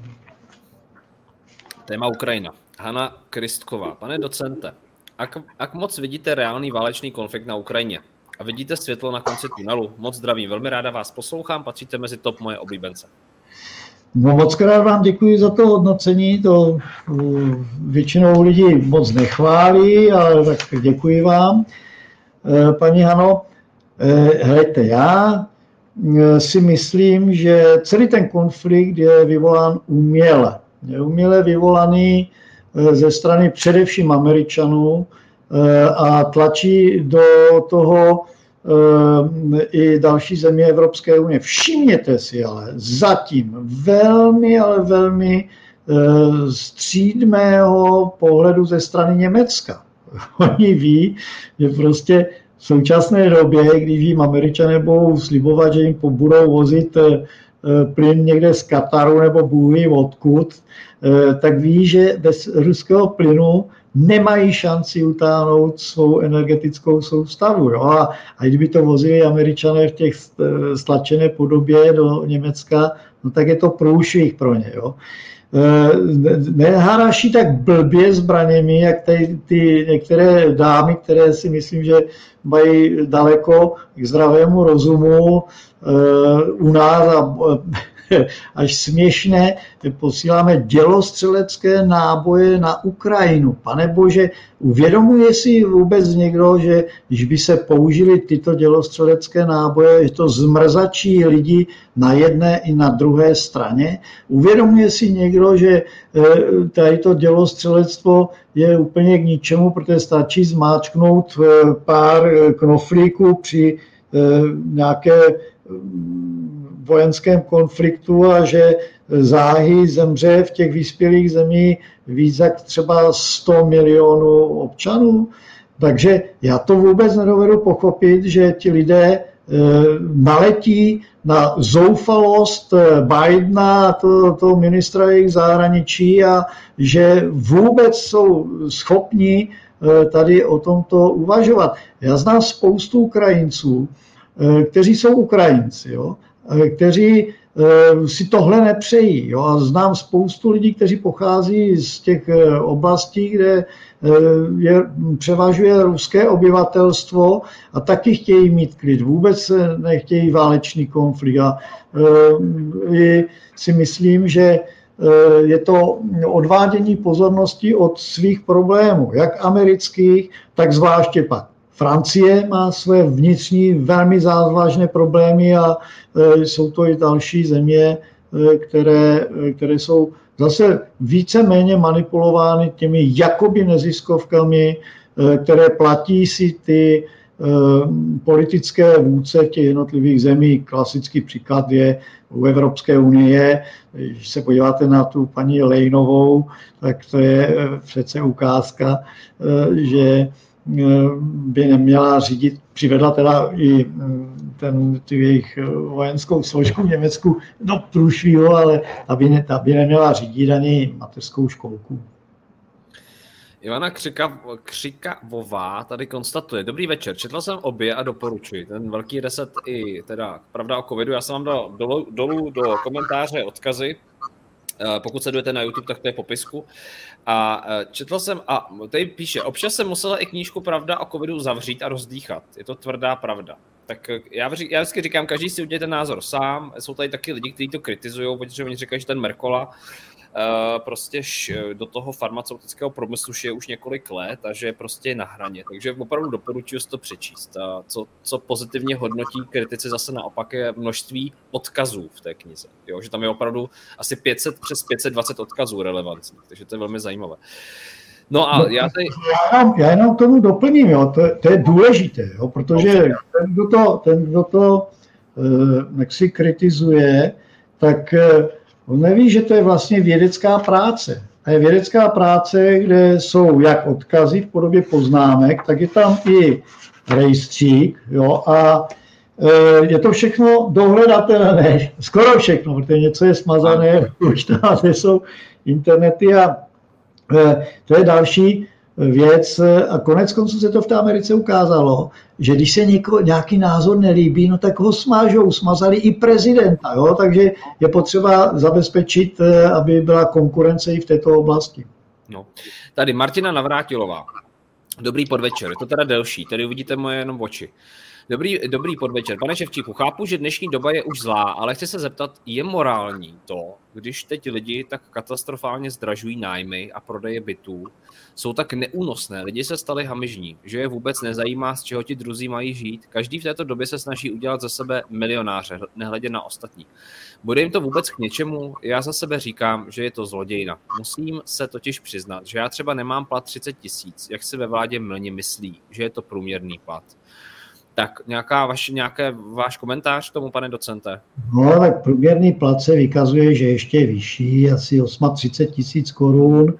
Téma Ukrajina. Hana Kristková. Pane docente, ak, ak moc vidíte reálný válečný konflikt na Ukrajině a vidíte světlo na konci tunelu, moc zdravím, velmi ráda vás poslouchám, patříte mezi top moje oblíbence. No moc krát vám děkuji za to hodnocení, to většinou lidi moc nechválí, ale tak děkuji vám. Paní Hano, hejte, já si myslím, že celý ten konflikt je vyvolán uměle. Je uměle vyvolaný ze strany především Američanů a tlačí do toho i další země Evropské unie. Všimněte si ale zatím velmi, ale velmi střídmého pohledu ze strany Německa. Oni ví, že prostě v současné době, když jim Američané budou slibovat, že jim budou vozit plyn někde z Kataru nebo Bůh ví odkud, tak ví, že bez ruského plynu nemají šanci utáhnout svou energetickou soustavu. Jo? A, a kdyby to vozili Američané v těch stlačené podobě do Německa, no tak je to průšvih pro ně. Jo? Neharaší tak blbě zbraněmi, jak tady ty některé dámy, které si myslím, že mají daleko k zdravému rozumu u nás a až směšné, posíláme dělostřelecké náboje na Ukrajinu. Pane bože, uvědomuje si vůbec někdo, že když by se použili tyto dělostřelecké náboje, že to zmrzačí lidi na jedné i na druhé straně? Uvědomuje si někdo, že tady to dělostřelectvo je úplně k ničemu, protože stačí zmáčknout pár knoflíků při nějaké vojenském konfliktu a že záhy zemře v těch vyspělých zemích víc jak třeba sto milionů občanů. Takže já to vůbec nedovedu pochopit, že ti lidé naletí na zoufalost Bidena, toho to ministra jejich zahraničí, a že vůbec jsou schopni tady o tomto uvažovat. Já znám spoustu Ukrajinců, kteří jsou Ukrajinci, jo, kteří si tohle nepřejí. Jo, a znám spoustu lidí, kteří pochází z těch oblastí, kde je, převažuje ruské obyvatelstvo a taky chtějí mít klid. Vůbec nechtějí válečný konflikt. A e, si myslím, že je to odvádění pozornosti od svých problémů, jak amerických, tak zvláště pak Francie má své vnitřní velmi závažné problémy a jsou to i další země, které, které jsou zase víceméně manipulovány těmi jakoby neziskovkami, které platí si ty politické vůdce v těch jednotlivých zemí. Klasický příklad je u Evropské unie. Když se podíváte na tu paní Lejnovou, tak to je přece ukázka, že by neměla řídit, přivedla teda i ten, tu jejich vojenskou složku v Německu do průšvihu, ale ta by, ne, ta by neměla řídit ani mateřskou školku. Ivana Křika, Křikavová tady konstatuje. Dobrý večer, četl jsem obě a doporučuji. Ten velký reset i teda pravda o covidu. Já jsem vám dal dolů, dolů do komentáře odkazy. Pokud sledujete na YouTube, tak to je popisku. A četl jsem, a tady píše, občas jsem musela i knížku Pravda o covidu zavřít a rozdýchat. Je to tvrdá pravda. Tak já, já vždycky říkám, každý si udělejte názor sám. Jsou tady taky lidi, kteří to kritizují, protože oni říkají, že ten Merkola prostě do toho farmaceutického průmyslu je už několik let a že prostě je na hraně. Takže opravdu doporučuji si to přečíst. A co, co pozitivně hodnotí kritici zase naopak je množství odkazů v té knize. Jo? Že tam je opravdu asi pět set, přes pět set dvacet odkazů relevantních, takže to je velmi zajímavé. No a já tady... Já jenom, já jenom tomu doplním, jo? To, to je důležité, jo? Protože ten, kdo to, ten, kdo to uh, jak si kritizuje, tak uh, on neví, že to je vlastně vědecká práce. A je vědecká práce, kde jsou jak odkazy v podobě poznámek, tak je tam i rejstřík, jo, a e, je to všechno dohledatelné, skoro všechno, protože něco je smazané, už tam jsou internety a e, to je další věc. A konec konců se to v té Americe ukázalo, že když se něko, nějaký názor nelíbí, no tak ho smážou, smazali i prezidenta, jo? Takže je potřeba zabezpečit, aby byla konkurence i v této oblasti. No. Tady Martina Navrátilová. Dobrý podvečer, je to teda delší, tady uvidíte moje jenom oči. Dobrý, dobrý podvečer. Pane Ševčíku, chápu, že dnešní doba je už zlá, ale chci se zeptat, je morální to, když teď lidi tak katastrofálně zdražují nájmy a prodeje bytů, jsou tak neúnosné, lidi se stali hamižní, že je vůbec nezajímá, z čeho ti druzí mají žít. Každý v této době se snaží udělat ze sebe milionáře, nehledě na ostatní. Bude jim to vůbec k něčemu? Já za sebe říkám, že je to zlodějna. Musím se totiž přiznat, že já třeba nemám plat třicet tisíc, jak si ve vládě mylně myslí, že je to průměrný plat. Tak nějaká vaš, nějaké váš komentář k tomu, pane docente? No, tak průměrný plat se vykazuje, že ještě je vyšší, asi třicet osm tisíc korun.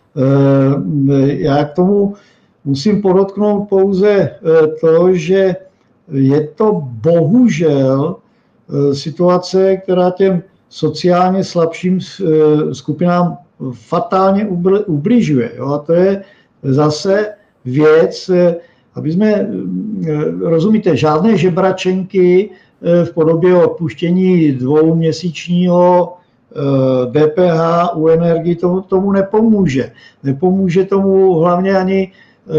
Já k tomu musím podotknout pouze to, že je to bohužel situace, která těm sociálně slabším skupinám fatálně ubližuje. Jo? A to je zase věc, aby jsme, rozumíte, žádné žebračenky v podobě odpuštění dvouměsíčního D P H u energii tomu, tomu nepomůže. Nepomůže tomu hlavně ani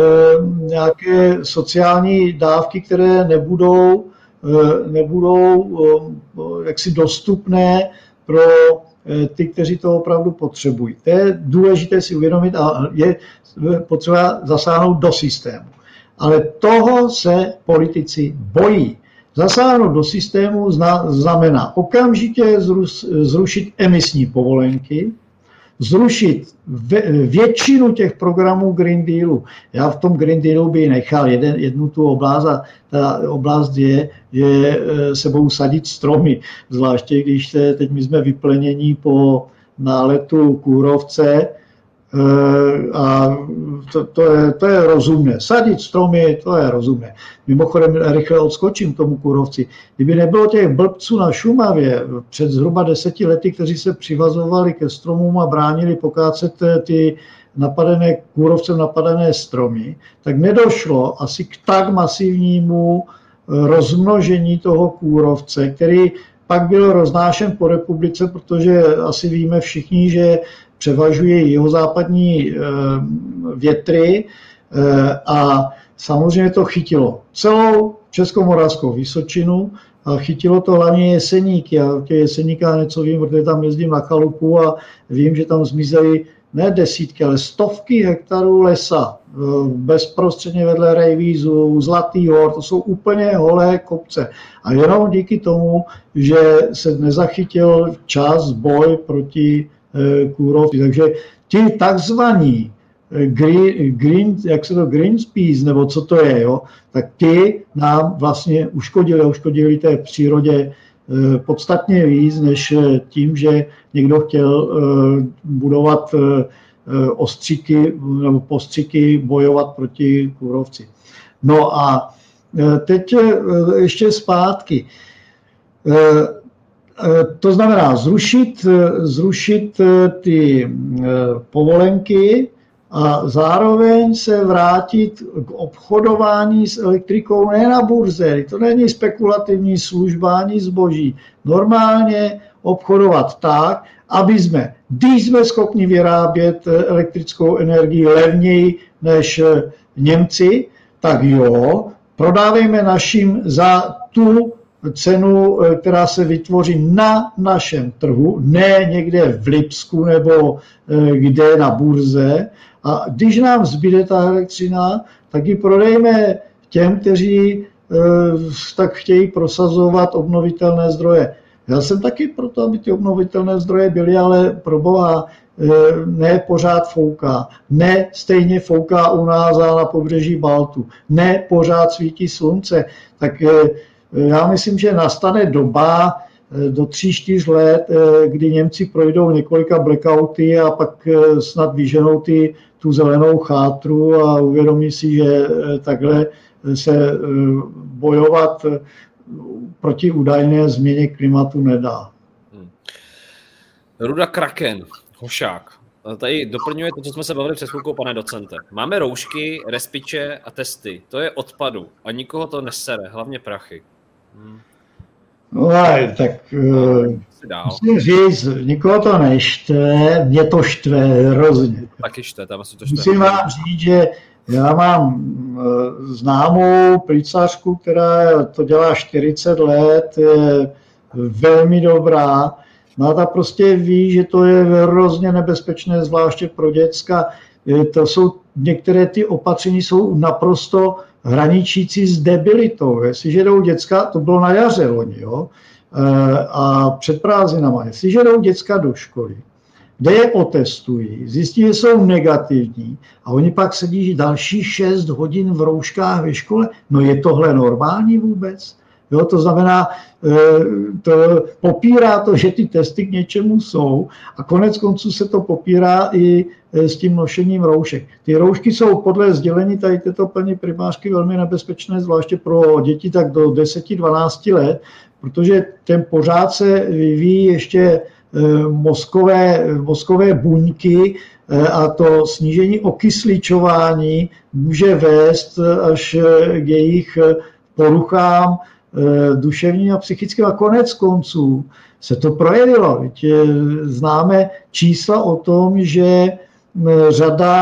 nějaké sociální dávky, které nebudou, nebudou jaksi dostupné pro ty, kteří to opravdu potřebují. To je důležité si uvědomit a je potřeba zasáhnout do systému. Ale toho se politici bojí. Zasáhnout do systému znamená okamžitě zrušit emisní povolenky, zrušit většinu těch programů Green Dealu. Já v tom Green Dealu by nechal jeden, jednu tu oblast a ta oblast je, je se budou sadit stromy, zvláště když se, teď my jsme vyplenění po náletu kůrovce a to, to, je, to je rozumné. Sadit stromy, to je rozumné. Mimochodem rychle odskočím k tomu kůrovci. Kdyby nebylo těch blbců na Šumavě před zhruba deseti lety, kteří se přivazovali ke stromům a bránili pokácet ty napadené, kůrovcem napadené stromy, tak nedošlo asi k tak masivnímu rozmnožení toho kůrovce, který pak byl roznášen po republice, protože asi víme všichni, že převažují jihozápadní větry a samozřejmě to chytilo celou Českomoravskou Vysočinu a chytilo to hlavně Jeseníky. Já o těch Jeseníkách něco vím, protože tam jezdím na chalupu a vím, že tam zmizely ne desítky, ale stovky hektarů lesa bezprostředně vedle Rejvízu, Zlatý hor, to jsou úplně holé kopce. A jenom díky tomu, že se nezachytil čas boj proti kůrovci. Takže ti takzvaní green, green, jak se to Greenpeace, nebo co to je, jo, tak ti nám vlastně uškodili a uškodili té přírodě podstatně víc, než tím, že někdo chtěl budovat ostříky nebo postříky bojovat proti kůrovci. No a teď ještě zpátky. To znamená zrušit, zrušit ty povolenky a zároveň se vrátit k obchodování s elektrikou ne na burze. To není spekulativní služba ani zboží. Normálně obchodovat tak, aby jsme, když jsme schopni vyrábět elektrickou energii levněji než Němci, tak jo, prodávejme našim za tu cenu, která se vytvoří na našem trhu, ne někde v Lipsku nebo kde na burze. A když nám zbyde ta elektřina, tak ji prodejme těm, kteří tak chtějí prosazovat obnovitelné zdroje. Já jsem taky proto, aby ty obnovitelné zdroje byly, ale pro boha ne pořád fouká, ne stejně fouká u nás a na pobřeží Baltu, ne pořád svítí slunce. Tak já myslím, že nastane doba do tří, čtyř let, kdy Němci projdou několika blackouty a pak snad vyženou ty, tu zelenou chátru a uvědomí si, že takhle se bojovat proti údajné změně klimatu nedá. Hmm. Ruda Kraken, Hošák. Tady doplňuje to, co jsme se bavili před chvilkou, pane docente. Máme roušky, respiče a testy. To je odpadu a nikoho to nesere, hlavně prachy. Hmm. No ale tak no, musím říct, nikoho to neštve, mě to štve hrozně. Taky štve, tam asi to štve. Musím vám říct, že já mám známou plícařku, která to dělá čtyřicet let, je velmi dobrá. No a ta prostě ví, že to je hrozně nebezpečné, zvláště pro děcka. To jsou, některé ty opatření jsou naprosto hraničící s debilitou. Jestliže jdou děcka, to bylo na jaře loni, jo, a před prázdninama, jestliže jdou děcka do školy, kde je otestují, zjistí, že jsou negativní a oni pak sedí další šest hodin v rouškách ve škole. No je tohle normální vůbec? Jo, to znamená, to popírá to, že ty testy k něčemu jsou a konec konců se to popírá i s tím nošením roušek. Ty roušky jsou podle sdělení tady této paní primářky velmi nebezpečné, zvláště pro děti tak do deset dvanáct let, protože ten pořád se vyvíjí ještě mozkové, mozkové buňky a to snížení okysličování může vést až k jejich poruchám duševním a psychickým a konec konců se to projevilo. Známe čísla o tom, že řada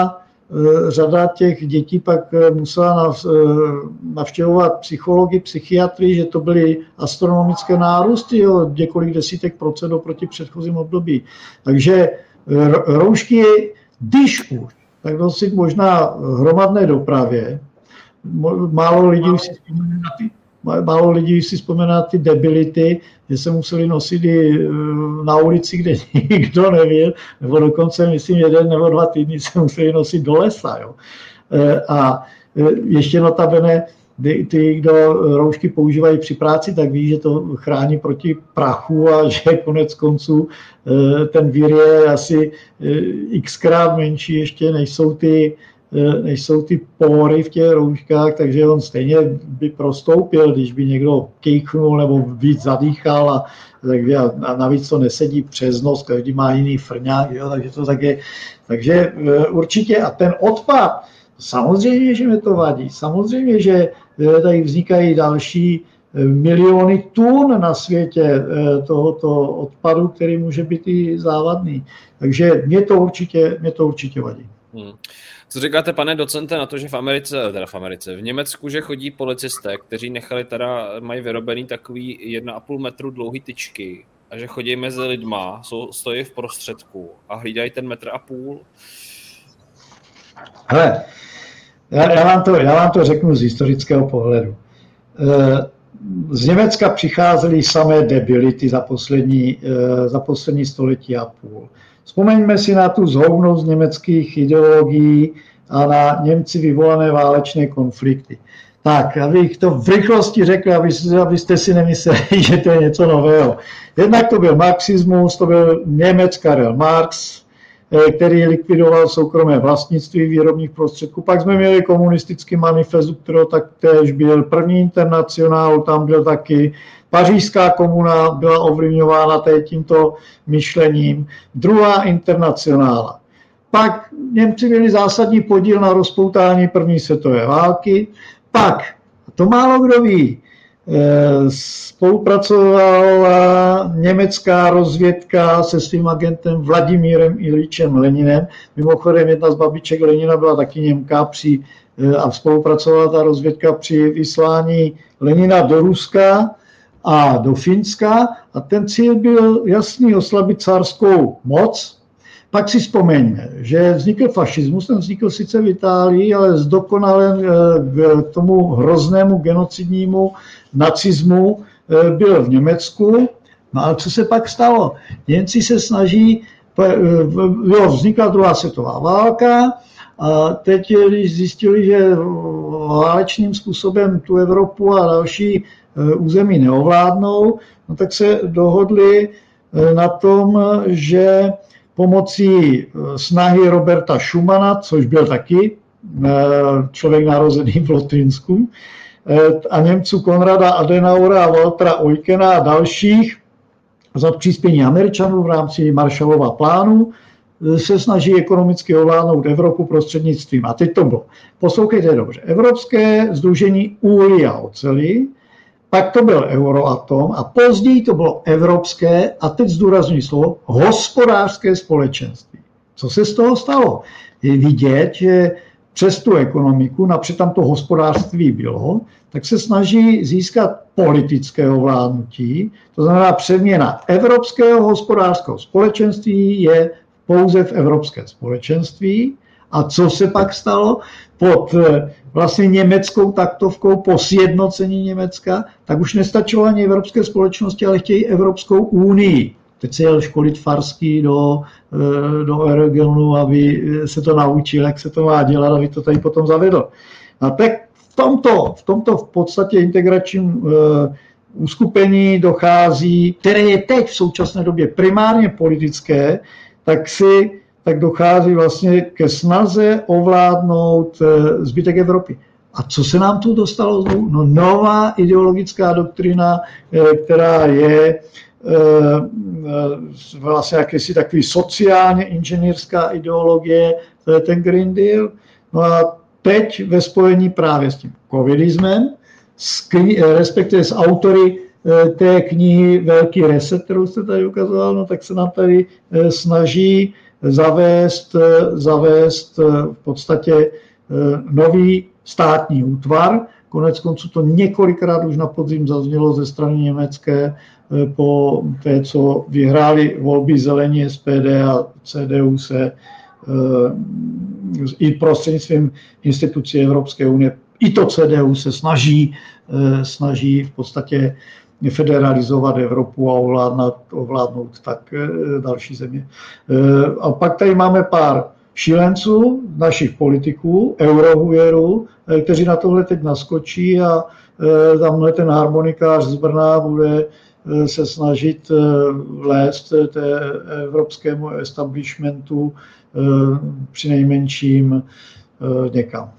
řada těch dětí pak musela navštěvovat psychologi, psychiatry, že to byly astronomické nárůsty o několik desítek procent oproti předchozím období. Takže roušky, když už, tak nosit možná hromadné dopravě. Málo lidí už si vzpomíná na ty, málo lidí si vzpomíná na ty debility, že se museli nosit i na ulici, kde nikdo nevěděl, nebo dokonce, myslím, jeden nebo dva týdny se museli nosit do lesa. Jo. A ještě notabene, ty, kdo roušky používají při práci, tak ví, že to chrání proti prachu a že konec konců ten vír je asi xkrát menší ještě, než jsou ty, než jsou ty pory v těch rouškách, takže on stejně by prostoupil, když by někdo kejchnul nebo víc zadýchal a, takže a navíc to nesedí přes nos, každý má jiný frňák, jo, takže to tak je. Takže určitě a ten odpad, samozřejmě, že mi to vadí, samozřejmě, že tady vznikají další miliony tun na světě tohoto odpadu, který může být i závadný. Takže mě to určitě, mě to určitě vadí. Hmm. Co říkáte, pane docente, na to, že v Americe, teda v Americe, v Německu, že chodí policisté, kteří nechali teda, mají vyrobený takový jedna a půl metru dlouhý tyčky a že chodí mezi lidma, jsou, stojí v prostředku a hlídají ten metr a půl? Hele, já, já, vám to, já vám to řeknu z historického pohledu. Z Německa přicházely samé debility za poslední, za poslední století a půl. Vzpomeňme si na tu zhoubnost německých ideologií a na Němci vyvolané válečné konflikty. Tak, abych to v rychlosti řekl, abyste si nemysleli, že to je něco nového. Jednak to byl marxismus, to byl Němec Karel Marx, který likvidoval soukromé vlastnictví výrobních prostředků. Pak jsme měli komunistický manifest, který taktéž byl první internacionál, tam byl taky Pařížská komuna, byla ovlivňována tímto myšlením. Druhá internacionála. Pak Němci měli zásadní podíl na rozpoutání první světové války. Pak, to málo kdo ví, spolupracovala německá rozvědka se svým agentem Vladimírem Iljičem Leninem. Mimochodem jedna z babiček Lenina byla taky Němka při, a spolupracovala ta rozvědka při vyslání Lenina do Ruska a do Finska. A ten cíl byl jasný, oslabit carskou moc. Pak si vzpomeňme, že vznikl fašismus, ten vznikl sice v Itálii, ale zdokonalen k tomu hroznému genocidnímu nacismu byl v Německu. No ale co se pak stalo? Němci se snaží, jo, vznikla druhá světová válka a teď, když zjistili, že válečným způsobem tu Evropu a další území neovládnou, no tak se dohodli na tom, že pomocí snahy Roberta Schumana, což byl taky člověk narozený v Lotrinsku, a Němců Konrada Adenaura a Waltera Eukena a dalších za přispění Američanů v rámci Marshallova plánu se snaží ekonomicky ovládnout Evropu prostřednictvím. A teď to bylo. Poslouchejte dobře. Evropské sdružení uhlí a oceli, pak to byl Euroatom a později to bylo evropské, a teď zdůrazňuji slovo, hospodářské společenství. Co se z toho stalo? Je vidět, že přes tu ekonomiku, napřed tam to hospodářství bylo, tak se snaží získat politického vládnutí, to znamená přeměna evropského hospodářského společenství je pouze v evropské společenství. A co se pak stalo? Pod vlastně německou taktovkou po sjednocení Německa, tak už nestačilo ani evropské společnosti, ale chtějí Evropskou unii. Teď se jel školit Farský do, do regionu, aby se to naučil, jak se to má dělat, aby to tady potom zavedl. A tak v tomto, v tomto v podstatě integračním uh, uskupení dochází, které je teď v současné době primárně politické, tak si tak dochází vlastně ke snaze ovládnout zbytek Evropy. A co se nám tu dostalo znovu? No nová ideologická doktrina, která je vlastně jakýsi takový sociálně inženýrská ideologie, to je ten Green Deal. No a teď ve spojení právě s tím covidismem, s kni- respektive s autory té knihy Velký reset, kterou jste tady ukazoval, no tak se nám tady snaží zavést, zavést v podstatě nový státní útvar. Konec konců to několikrát už na podzim zaznělo ze strany německé po té, co vyhráli volby zelení S P D a C D U se i prostřednictvím institucí Evropské unie, i to C D U se snaží, snaží v podstatě federalizovat Evropu a ovládnout, ovládnout tak další země. A pak tady máme pár šílenců, našich politiků, eurohujerů, kteří na tohle teď naskočí a tamhle ten harmonikář z Brna bude se snažit vlézt té evropskému establishmentu při nejmenším někam.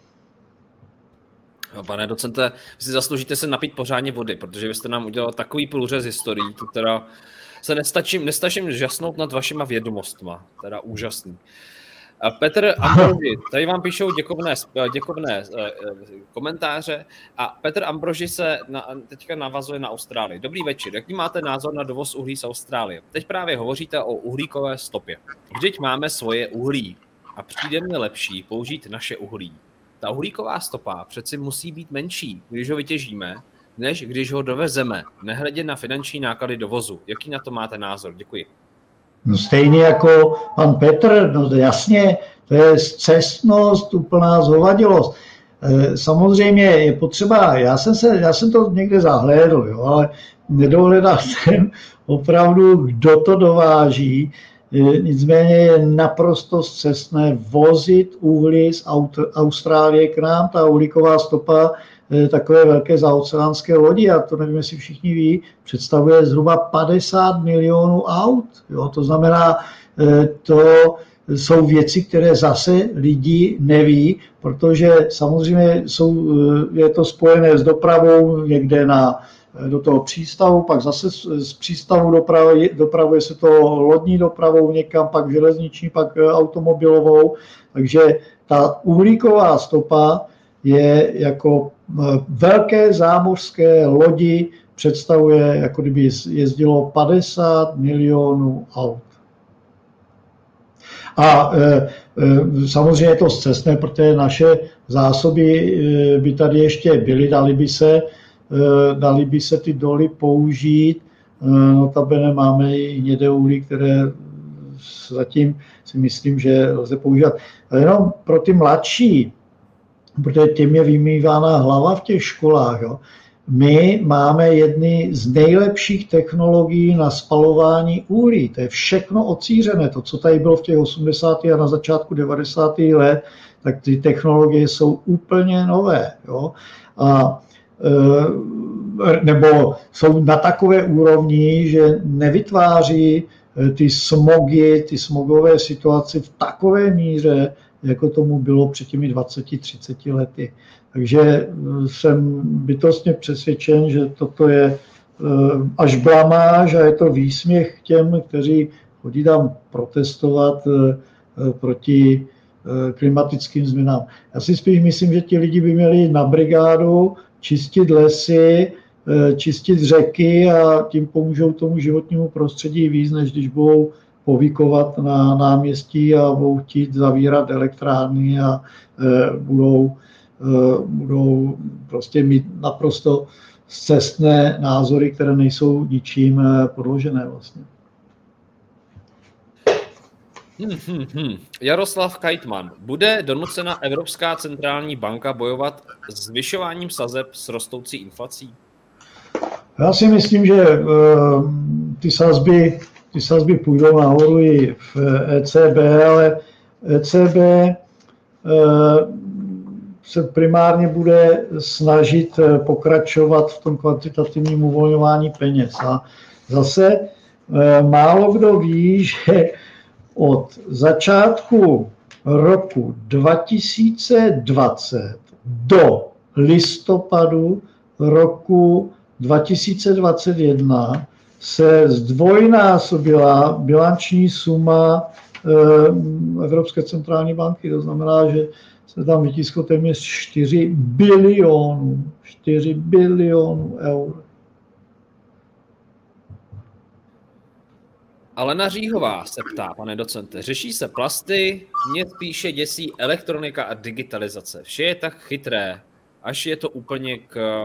Pane docente, vy si zasloužíte se napít pořádně vody, protože vy jste nám udělal takový průřez historií, to teda se nestačím, nestačím žasnout nad vašima vědomostma, teda úžasný. Petr Ambroži, tady vám píšou děkovné, děkovné komentáře a Petr Ambroži se na, teďka navazuje na Austrálii. Dobrý večer, jaký máte názor na dovoz uhlí z Austrálie? Teď právě hovoříte o uhlíkové stopě. Vždyť máme svoje uhlí a přijde mi lepší použít naše uhlí. Ta uhlíková stopa přeci musí být menší, když ho vytěžíme, než když ho dovezeme, nehledě na finanční náklady dovozu. Jaký na to máte názor? Děkuji. No stejně jako pan Petr, no jasně, to je scestnost, úplná zhovadilost. Samozřejmě je potřeba, já jsem, se, já jsem to někde zahlédl, jo, ale nedohledal jsem opravdu, kdo to dováží. Nicméně je naprosto scestné vozit uhlí z Austrálie k nám. Ta uhlíková stopa takové velké zaoceánské lodi, a to nevím, jestli všichni ví, představuje zhruba padesát milionů aut. Jo, to znamená, to jsou věci, které zase lidi neví, protože samozřejmě jsou, je to spojené s dopravou někde na, do toho přístavu, pak zase z přístavu dopravy, dopravuje se to lodní dopravou někam, pak železniční, pak automobilovou. Takže ta uhlíková stopa je jako velké zámořské lodi, představuje, jako kdyby jezdilo padesát milionů aut. A e, e, samozřejmě je to scestné, protože naše zásoby e, by tady ještě byly, dali by se, e, dali by se ty doly použít. E, notabene máme i hnědé uhlí, které zatím si myslím, že lze používat. Ale jenom pro ty mladší, protože tím je vymývána hlava v těch školách. Jo. My máme jedny z nejlepších technologií na spalování uhlí. To je všechno ocířené. To, co tady bylo v těch osmdesátých a na začátku devadesátých let, tak ty technologie jsou úplně nové. Jo. A, nebo jsou na takové úrovni, že nevytváří ty smogy, ty smogové situace v takové míře, jako tomu bylo před těmi dvaceti třiceti lety. Takže jsem bytostně přesvědčen, že toto je až blamáž a je to výsměch těm, kteří chodí tam protestovat proti klimatickým změnám. Já si spíš myslím, že ti lidi by měli jít na brigádu, čistit lesy, čistit řeky a tím pomůžou tomu životnímu prostředí víc, než když budou povykovat na náměstí a budou chtít zavírat elektrárny a e, budou, e, budou prostě mít naprosto scestné názory, které nejsou ničím podložené vlastně. Hmm, hmm, hmm. Jaroslav Kajtman. Bude donucena Evropská centrální banka bojovat s zvyšováním sazeb s rostoucí inflací? Já si myslím, že e, ty sazby Ty sazby půjdou nahoru i v E C B, ale E C B se primárně bude snažit pokračovat v tom kvantitativním uvolňování peněz. A zase málo kdo ví, že od začátku roku dva tisíce dvacet do listopadu roku dva tisíce dvacet jedna se zdvojnásobila bilanční suma Evropské centrální banky. To znamená, že se tam vytisklo téměř čtyři bilionů, čtyři bilionů eur. Alena Říhová se ptá, pane docente, řeší se plasty, mě spíše děsí elektronika a digitalizace. Vše je tak chytré, až je to úplně k...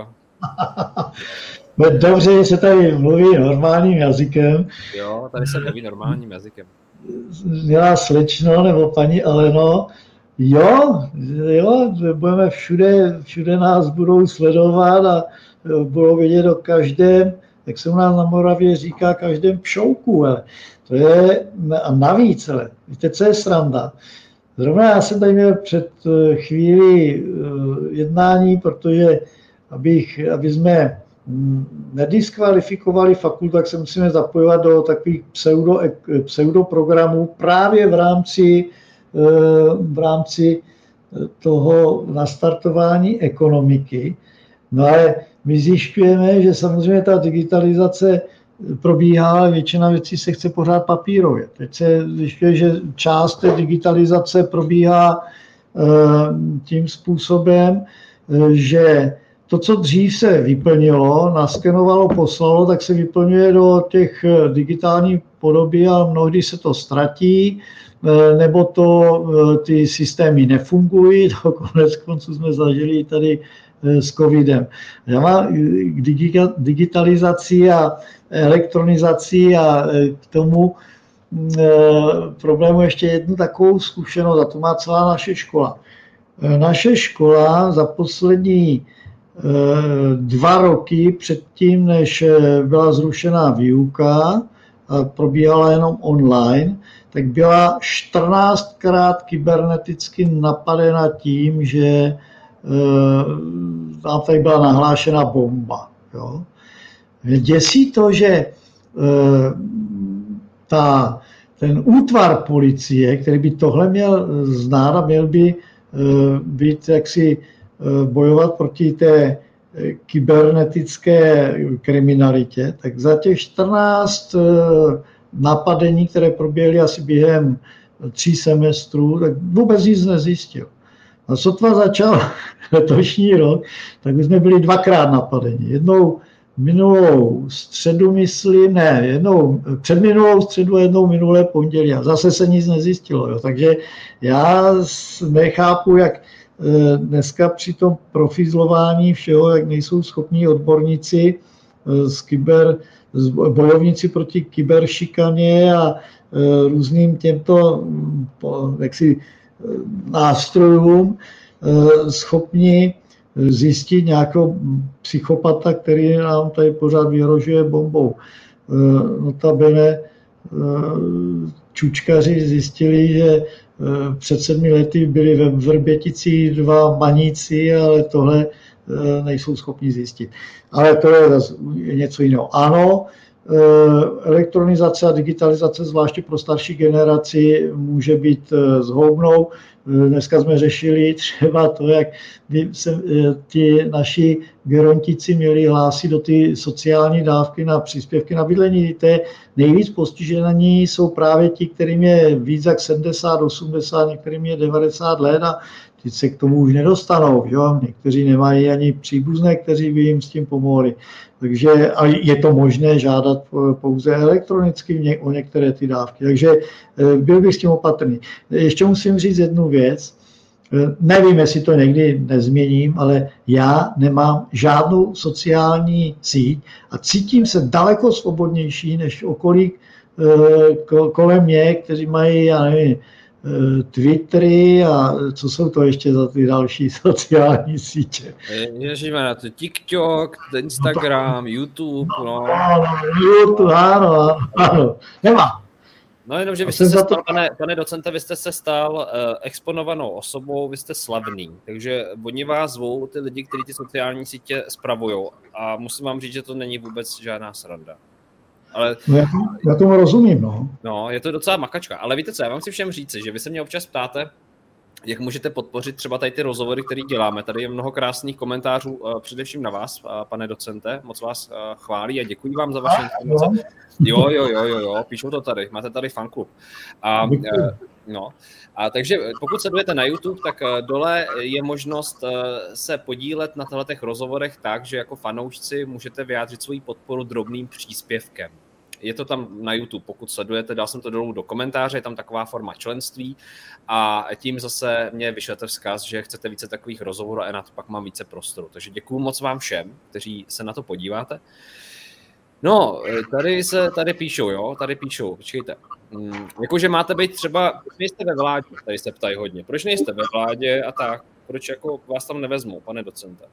Dobře, že se tady mluví normálním jazykem. Jo, tady se mluví normálním jazykem. Měla slečno nebo paní Aleno, jo, jo, budeme všude, všude nás budou sledovat a budou vědět o každém, jak se u nás na Moravě říká, každém pšouku, ale to je, a navíc, ale víte, co je sranda? Zrovna já jsem tady měl před chvíli jednání, protože abych, aby jsme nediskvalifikovali fakultu, tak se musíme zapojovat do takových pseudo, pseudoprogramů právě v rámci, v rámci toho nastartování ekonomiky. No ale my zjišťujeme, že samozřejmě ta digitalizace probíhá, ale většina věcí se chce pořád papírově. Teď se zjišťuje, že část té digitalizace probíhá tím způsobem, že to, co dřív se vyplnilo, naskenovalo, poslalo, tak se vyplňuje do těch digitálních podoby a mnohdy se to ztratí, nebo to ty systémy nefungují, to konec konců jsme zažili tady s covidem. Já mám k digitalizaci a elektronizaci a k tomu problému ještě jednu takovou zkušenost, a to má celá naše škola. Naše škola za poslední dva roky předtím, než byla zrušená výuka a probíhala jenom online, tak byla čtrnáctkrát kyberneticky napadena tím, že tam tady byla nahlášena bomba. Jo. Děsí to, že ta, ten útvar policie, který by tohle měl znát a měl by být jaksi bojovat proti té kybernetické kriminalitě, tak za těch čtrnáct napadení, které proběhly asi během tří semestrů, tak vůbec nic nezjistil. A sotva začal letošní rok, tak už jsme byli dvakrát napadeni. Jednou minulou středu, myslím, ne, jednou předminulou středu a jednou minulé pondělí. A zase se nic nezjistilo. Jo. Takže já nechápu, jak dneska při tom profizlování všeho, jak nejsou schopní odborníci z kyber, bojovníci proti kyberšikaně a různým těmto jaksi, nástrojům schopni zjistit nějakého psychopata, který nám tady pořád vyhrožuje bombou. Notabene čučkaři zjistili, že před sedmi lety byli ve Vrběticích dva maníci, ale tohle nejsou schopni zjistit. Ale to je něco jiného. Ano, elektronizace a digitalizace, zvláště pro starší generaci, může být zhoubnou. Dneska jsme řešili třeba to, jak by se ti naši gerontíci měli hlásit do ty sociální dávky na příspěvky na bydlení. To je nejvíc postižení jsou právě ti, kterým je víc jak sedmdesát, osmdesát, některým je devadesát let a ty se k tomu už nedostanou. Jo? Někteří nemají ani příbuzné, kteří by jim s tím pomohli. Takže a je to možné žádat pouze elektronicky o některé ty dávky. Takže byl bych s tím opatrný. Ještě musím říct jednu věc. Nevím, jestli to někdy nezměním, ale já nemám žádnou sociální síť a cítím se daleko svobodnější než okolí kolem mě, kteří mají, já nevím, Twittery a co jsou to ještě za ty další sociální sítě. Ježišmarja, to TikTok, Instagram, YouTube, no. Ano, YouTube, ano, ano, nemá. No jenom, že vy jste se stal, pane, pane docente, vy jste se stal uh, exponovanou osobou, vy jste slavný, takže oni vás zvou, ty lidi, kteří ty sociální sítě spravujou a musím vám říct, že to není vůbec žádná sranda. Ale, no já, já tomu rozumím, no. No, je to docela makačka, ale víte co, já vám chci všem říci, že vy se mě občas ptáte, jak můžete podpořit třeba tady ty rozhovory, které děláme. Tady je mnoho krásných komentářů, především na vás, pane docente, moc vás chválí a děkuji vám za vaše informace. Jo, jo, jo, jo, jo, píšou to tady, máte tady fanklub. A, no, a takže pokud sledujete na YouTube, tak dole je možnost se podílet na těchto rozhovorech tak, že jako fanoušci můžete vyjádřit svou podporu drobným příspěvkem. je to tam na YouTube, pokud sledujete, dal jsem to dolů do komentáře, je tam taková forma členství a tím zase mě vyšlete vzkaz, že chcete více takových rozhovorů a na to pak mám více prostoru. Takže děkuju moc vám všem, kteří se na to podíváte. No, tady se tady píšou, jo, tady píšou, počkejte. Hmm, jakože máte být třeba, proč nejste ve vládě, tady se ptají hodně, proč nejste ve vládě a tak, proč jako vás tam nevezmou, pane docente?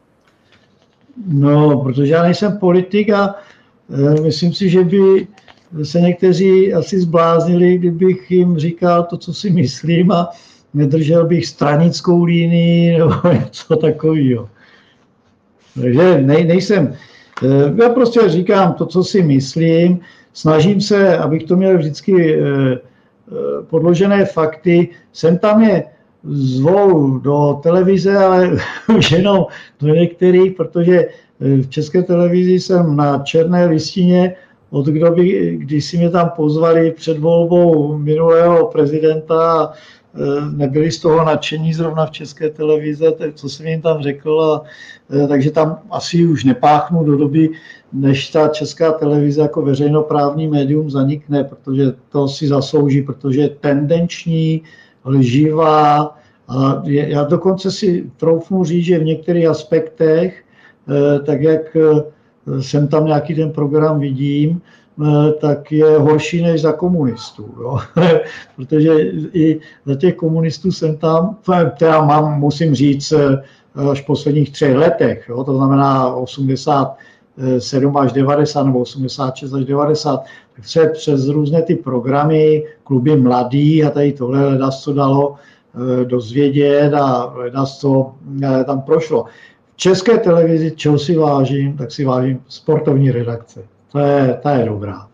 No, protože já nejsem politik a e, myslím si, že by se někteří asi zbláznili, kdybych jim říkal to, co si myslím a nedržel bych stranickou línii nebo něco takového. Takže nej, nejsem, e, já prostě říkám to, co si myslím, snažím se, abych to měl vždycky e, e, podložené fakty, sem tam je zvou do televize, ale už jenom do některých, protože v České televizi jsem na černé listině od doby, když si mě tam pozvali před volbou minulého prezidenta a nebyli z toho nadšení zrovna v České televize, co jsem jim tam řekl, a, takže tam asi už nepáchnu do doby, než ta Česká televize jako veřejnoprávní médium zanikne, protože to si zaslouží, protože je tendenční, lživá a já dokonce si troufnu říct, že v některých aspektech, tak jak jsem tam nějaký ten program vidím, tak je horší než za komunistů. Jo? Protože i za těch komunistů jsem tam, teda mám, musím říct, až v posledních třech letech, jo? To znamená osmdesát sedm až devadesát nebo osmdesát šest až devadesát, tak se přes různé ty programy, kluby mladých a tady tohle ledas, co dalo dozvědět a ledas, co tam prošlo. V České televizi, čeho si vážím, tak si vážím sportovní redakce. To je, ta je dobrá.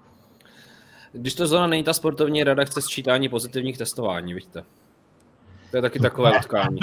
Když to zrovna není ta sportovní redakce sčítání pozitivních testování, vidíte? To je taky takové utkání.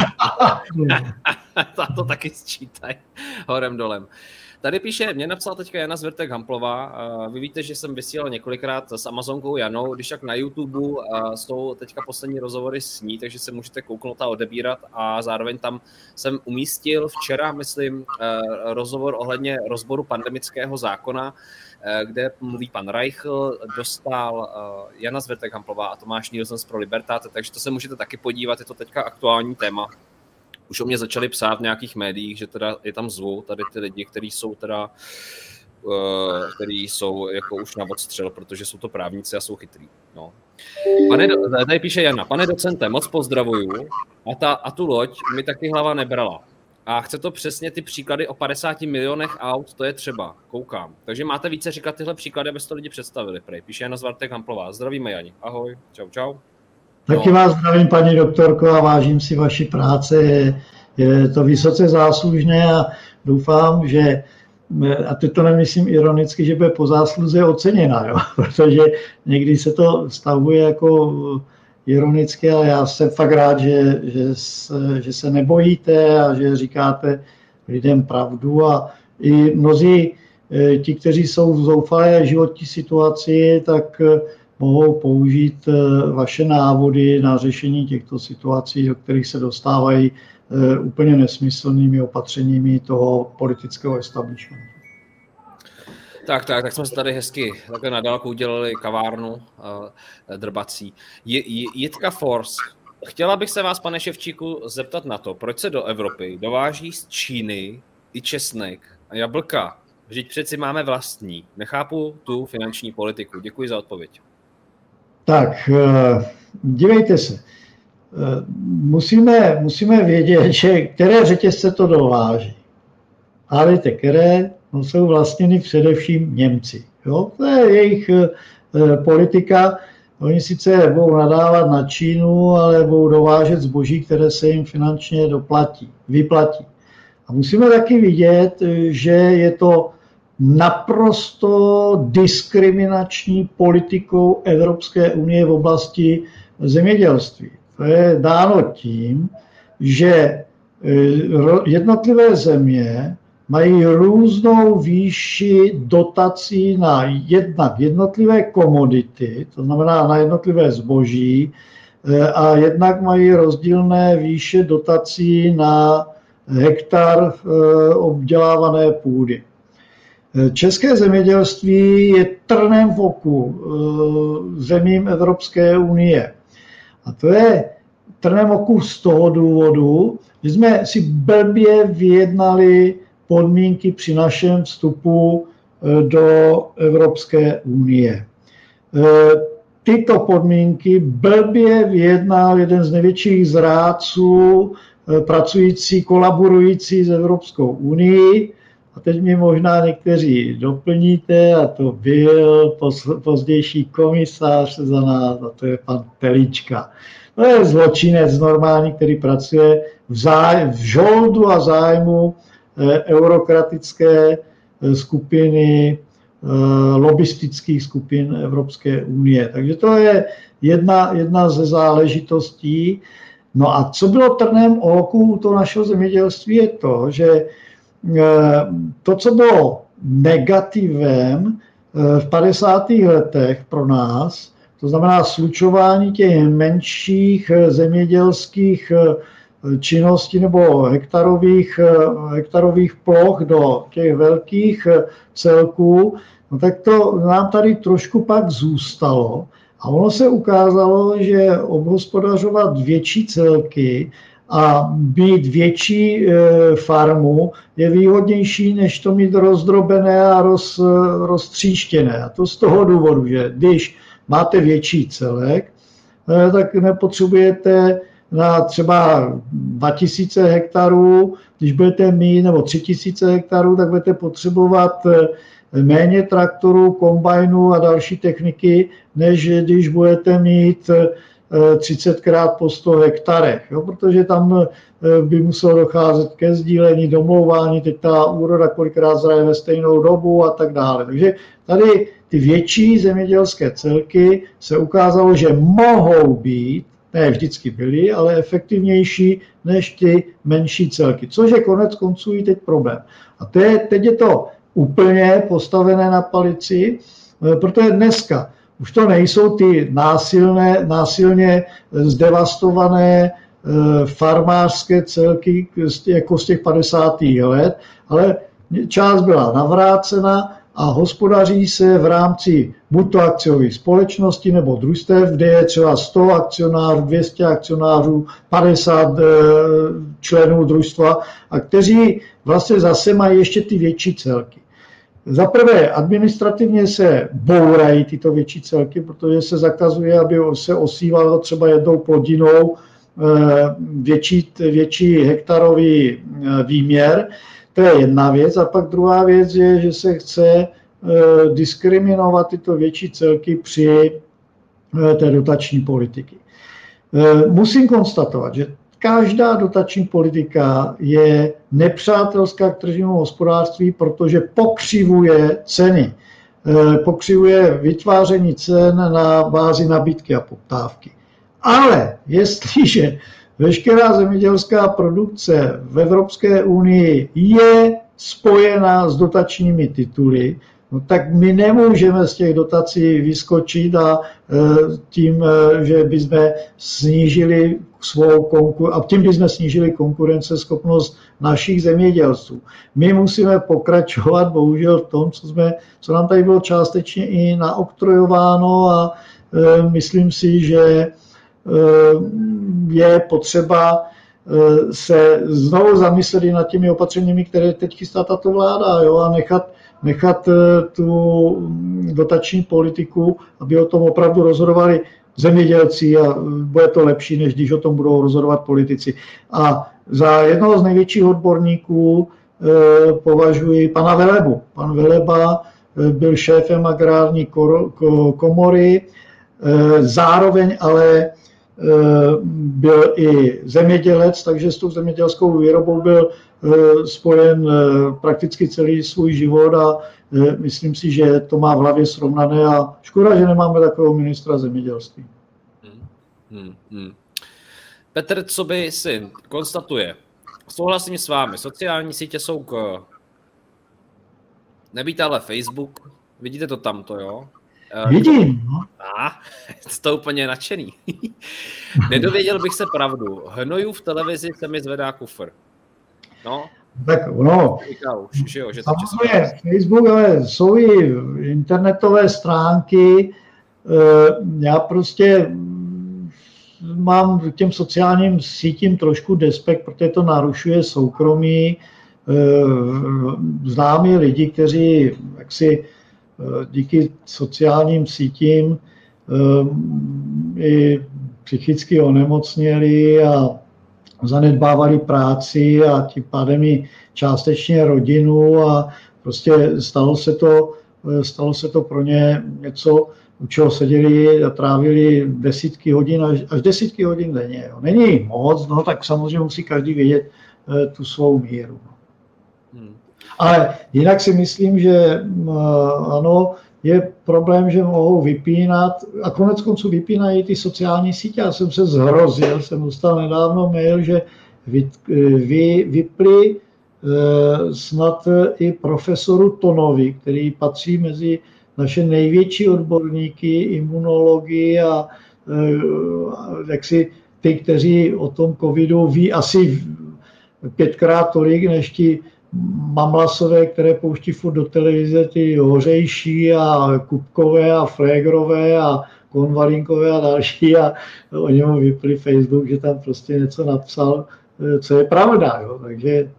to taky sčítají horem dolem. Tady píše, mě napsala teďka Jana Zvrtek-Hamplová. Vy víte, že jsem vysílal několikrát s Amazonkou Janou, když tak na YouTube jsou teďka poslední rozhovory s ní, takže se můžete kouknout a odebírat a zároveň tam jsem umístil včera, myslím, rozhovor ohledně rozboru pandemického zákona, kde mluví pan Reichl, dostal Jana Zvrtek-Hamplová a Tomáš Nielsen pro Libertate, takže to se můžete taky podívat, je to teďka aktuální téma. Už o mě začali psát v nějakých médiích, že teda je tam zvu tady ty lidi, kteří jsou teda, uh, kteří jsou jako už na odstřel, protože jsou to právníci a jsou chytrý. No. Pane, tady píše Jana, pane docente, moc pozdravuju a, ta, a tu loď mi taky hlava nebrala. A chce to přesně ty příklady o padesáti milionech aut, to je třeba, koukám. Takže máte více říkat tyhle příklady, aby to lidi představili. Prej. Píše Jana Zvrtek-Hamplová. Zdravíme, Jani. Ahoj, čau, čau. Taky no. Vás zdravím, paní doktorko, a vážím si vaší práce. Je, je to vysoce záslužné a doufám, že, a teď to nemyslím ironicky, že bude po zásluze oceněna, jo? Protože někdy se to stavuje jako ironicky, ale já jsem fakt rád, že, že, se, že se nebojíte a že říkáte lidem pravdu a i mnozí ti, kteří jsou v zoufalé životní situaci, tak mohou použít vaše návody na řešení těchto situací, do kterých se dostávají úplně nesmyslnými opatřeními toho politického establishmentu. Tak, tak, tak jsme se tady hezky takhle na dálku udělali kavárnu uh, drbací. Jitka Force. Chtěla bych se vás, pane Ševčíku, zeptat na to, proč se do Evropy dováží z Číny i česnek a jablka. Vždyť přeci máme vlastní. Nechápu tu finanční politiku. Děkuji za odpověď. Tak, dívejte se. Musíme, musíme vědět, že které řetězce to dováží. Ale víte, které no, jsou vlastněny především Němci. Jo? To je jejich politika. Oni sice budou nadávat na Čínu, ale budou dovážet zboží, které se jim finančně doplatí, vyplatí. A musíme taky vidět, že je to naprosto diskriminační politikou Evropské unie v oblasti zemědělství. To je dáno tím, že jednotlivé země mají různou výši dotací na jednak jednotlivé komodity, to znamená na jednotlivé zboží, a jednak mají rozdílné výše dotací na hektar obdělávané půdy. České zemědělství je trnem v oku zemím Evropské unie. A to je trnem v oku z toho důvodu, že jsme si blbě vyjednali podmínky při našem vstupu do Evropské unie. Tyto podmínky blbě vyjednal jeden z největších zrádců pracující, kolaborující s Evropskou unii. A teď mě možná někteří doplníte, a to byl pozdější komisář za nás, a to je pan Telička. To je zločinec normální, který pracuje v, záj- v žoldu a zájmu eh, eurokratické eh, skupiny, eh, lobistických skupin Evropské unie. Takže to je jedna, jedna ze záležitostí. No a co bylo trnem o oku toho našeho zemědělství je to, že to, co bylo negativem v padesátých letech pro nás, to znamená slučování těch menších zemědělských činností nebo hektarových, hektarových ploch do těch velkých celků, no tak to nám tady trošku pak zůstalo. A ono se ukázalo, že obhospodařovat větší celky a mít větší farmu je výhodnější, než to mít rozdrobené a roz, roztříštěné. A to z toho důvodu, že když máte větší celek, tak nepotřebujete na třeba dva tisíce hektarů, když budete mít, nebo tři tisíce hektarů, tak budete potřebovat méně traktorů, kombajnů a další techniky, než když budete mít třicetkrát po sto hektarech, jo, protože tam by muselo docházet ke sdílení, domlouvání, teď ta úroda kolikrát zraje ve stejnou dobu a tak dále. Takže tady ty větší zemědělské celky se ukázalo, že mohou být, ne vždycky byly, ale efektivnější než ty menší celky, což je konec konců i teď problém. A to je, teď je to úplně postavené na palici, protože dneska už to nejsou ty násilné, násilně zdevastované farmářské celky jako z těch padesátých let, ale část byla navrácena a hospodaří se v rámci buď to akciových společností nebo družstev, kde je třeba sto akcionářů, dvě stě akcionářů, padesát členů družstva, a kteří vlastně zase mají ještě ty větší celky. Za prvé, administrativně se bourají tyto větší celky, protože se zakazuje, aby se osívalo třeba jednou plodinou větší, větší hektarový výměr. To je jedna věc. A pak druhá věc je, že se chce diskriminovat tyto větší celky při té dotační politiky. Musím konstatovat, že každá dotační politika je nepřátelská k tržnímu hospodářství, protože pokřivuje ceny. Pokřivuje vytváření cen na bázi nabídky a poptávky. Ale jestliže veškerá zemědělská produkce v Evropské unii je spojena s dotačními tituly, no tak my nemůžeme z těch dotací vyskočit a tím, že bychom snížili svou konkur- a tím bychom snížili konkurenceschopnost našich zemědělců. My musíme pokračovat bohužel v tom, co, jsme, co nám tady bylo částečně i naoktrojováno, a e, myslím si, že e, je potřeba e, se znovu zamyslet i nad těmi opatřeními, které teď chystá tato vláda, jo, a nechat nechat tu dotační politiku, aby o tom opravdu rozhodovali zemědělci, a bude to lepší, než když o tom budou rozhodovat politici. A za jednoho z největších odborníků eh, považuji pana Velebu. Pan Veleba eh, byl šéfem agrární komory, eh, zároveň ale eh, byl i zemědělec, takže s tou zemědělskou výrobou byl spojen prakticky celý svůj život, a myslím si, že to má v hlavě srovnané, a škoda, že nemáme takového ministra zemědělství. Hmm, hmm, hmm. Petr, co by syn konstatuje? Souhlasím s vámi, sociální sítě jsou k... Nebýt ale Facebook, vidíte to tamto, jo? Vidím. No. A, jste to úplně nadšený. Nedověděl bych se pravdu. Hnojů v televizi se mi zvedá kufr. No, Tak ono, samozřejmě Facebook, ale jsou i internetové stránky, já prostě mám k těm sociálním sítím trošku despekt, protože to narušuje soukromí. Známí lidi, kteří jaksi díky sociálním sítím i psychicky onemocněli a zanedbávali práci a tím pádem i částečně rodinu a prostě stalo se to, stalo se to pro ně něco, u čeho seděli a trávili desítky hodin až, až desítky hodin denně. Jo. Není moc, no tak samozřejmě musí každý vědět tu svou míru. Hmm. Ale jinak si myslím, že ano, je problém, že mohou vypínat, a konec konců vypínají ty sociální sítě. Já jsem se zhrozil, jsem dostal nedávno mail, že vy, vy, vypli eh, snad i profesoru Tonovi, který patří mezi naše největší odborníky, imunologii a eh, jaksi ty, kteří o tom covidu ví asi pětkrát tolik, než ti mamlasové, které pouští furt do televize, ty hořejší a Kupkové a Flégrové a Konvalinkové a další a oni mu vypli Facebook, že tam prostě něco napsal, co je pravda. Jo. Takže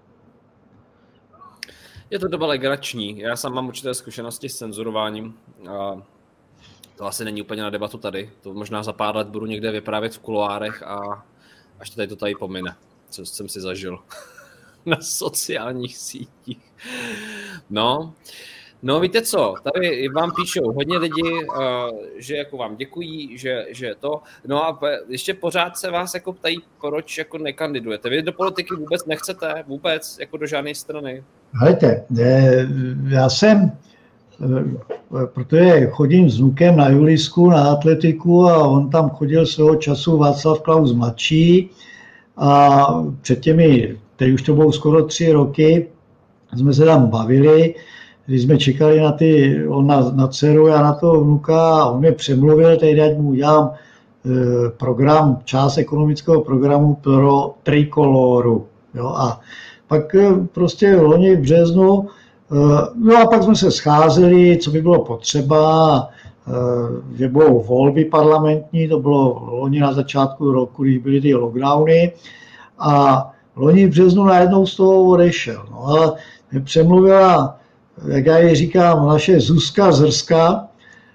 je to doba legrační. Já sám mám určité zkušenosti s cenzurováním. A to asi není úplně na debatu tady. To možná za pár let budu někde vyprávět v kuloárech a až to tady to tady pomine, co jsem si zažil na sociálních sítích. No, no víte co, tady vám píšou hodně lidi, že jako vám děkují, že, že to, no a ještě pořád se vás jako ptají, proč jako nekandidujete. Vy do politiky vůbec nechcete, vůbec, jako do žádné strany? Hejte, já jsem, protože chodím s vnukem na Julisku, na atletiku a on tam chodil svého času Václav Klaus mladší a před těmi, teď už to budou skoro tři roky, jsme se tam bavili, když jsme čekali na ty, on na, na dceru, já na toho vnuka a on mě přemluvil, teď ať mu udělám e, program, část ekonomického programu pro Trikoloru. Jo, a pak e, prostě v loni v březnu, e, no a pak jsme se scházeli, co by bylo potřeba, e, že budou volby parlamentní, to bylo loni na začátku roku, když byly ty lockdowny a loni v březnu najednou z toho odešel. No ale přemluvila, jak já ji říkám, naše Zuzka Zrska,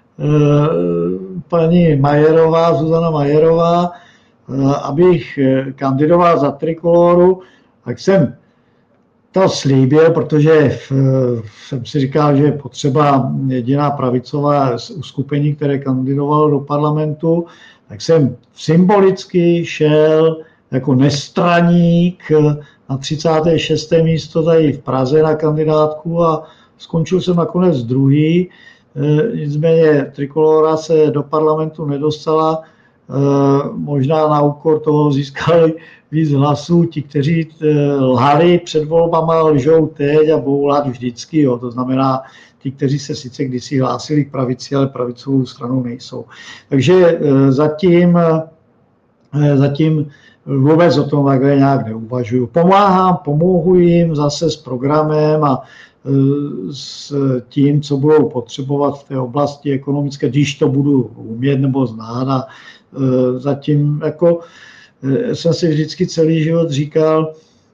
paní Majerová, Zuzana Majerová, abych kandidoval za Trikoloru, tak jsem to slíbil, protože jsem si říkal, že je potřeba jediná pravicová uskupení, které kandidovalo do parlamentu, tak jsem symbolicky šel jako nestraník na třicáté šesté místo tady v Praze na kandidátku a skončil jsem nakonec druhý. Nicméně Trikolora se do parlamentu nedostala, možná na úkor toho získali víc hlasů. Ti, kteří lhali před volbama, lžou teď a budou lhát vždycky. Jo. To znamená, ti, kteří se sice kdysi hlásili k pravici, ale pravicovou stranou nejsou. Takže zatím, zatím vůbec o tom takhle nějak neuvažuju. Pomáhám, pomohu jim zase s programem a s tím, co budou potřebovat v té oblasti ekonomické, když to budu umět nebo znát. A zatím jako jsem si vždycky celý život říkal,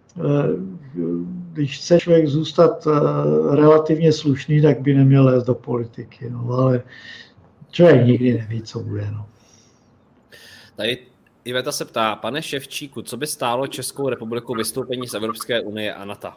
když chce člověk zůstat relativně slušný, tak by neměl lézt do politiky. No, ale člověk nikdy neví, co bude. No. Tady Iveta se ptá, pane Ševčíku, co by stálo Českou republiku vystoupení z Evropské unie a NATO?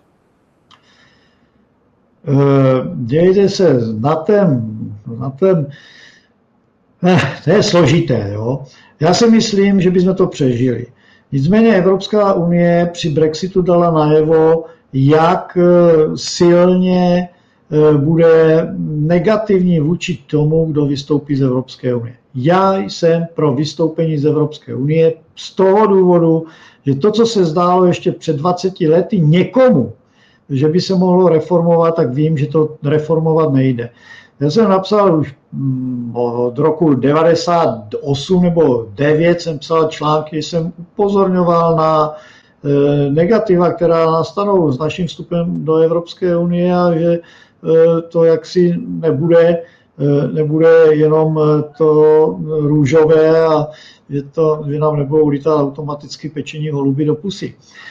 Dějte se na ten, na ten, ne, to je složité, jo. Já si myslím, že bychom to přežili. Nicméně Evropská unie při Brexitu dala najevo, jak silně bude negativní vůči tomu, kdo vystoupí z Evropské unie. Já jsem pro vystoupení z Evropské unie z toho důvodu, že to, co se zdálo ještě před dvaceti lety někomu, že by se mohlo reformovat, tak vím, že to reformovat nejde. Já jsem napsal už od roku devadesát osm nebo devět jsem psal články, jsem upozorňoval na negativa, která nastanou s naším vstupem do Evropské unie a že to jaksi nebude, nebude jenom to růžové a že, to, že nám nebudou lítat automaticky pečení holuby do pusy.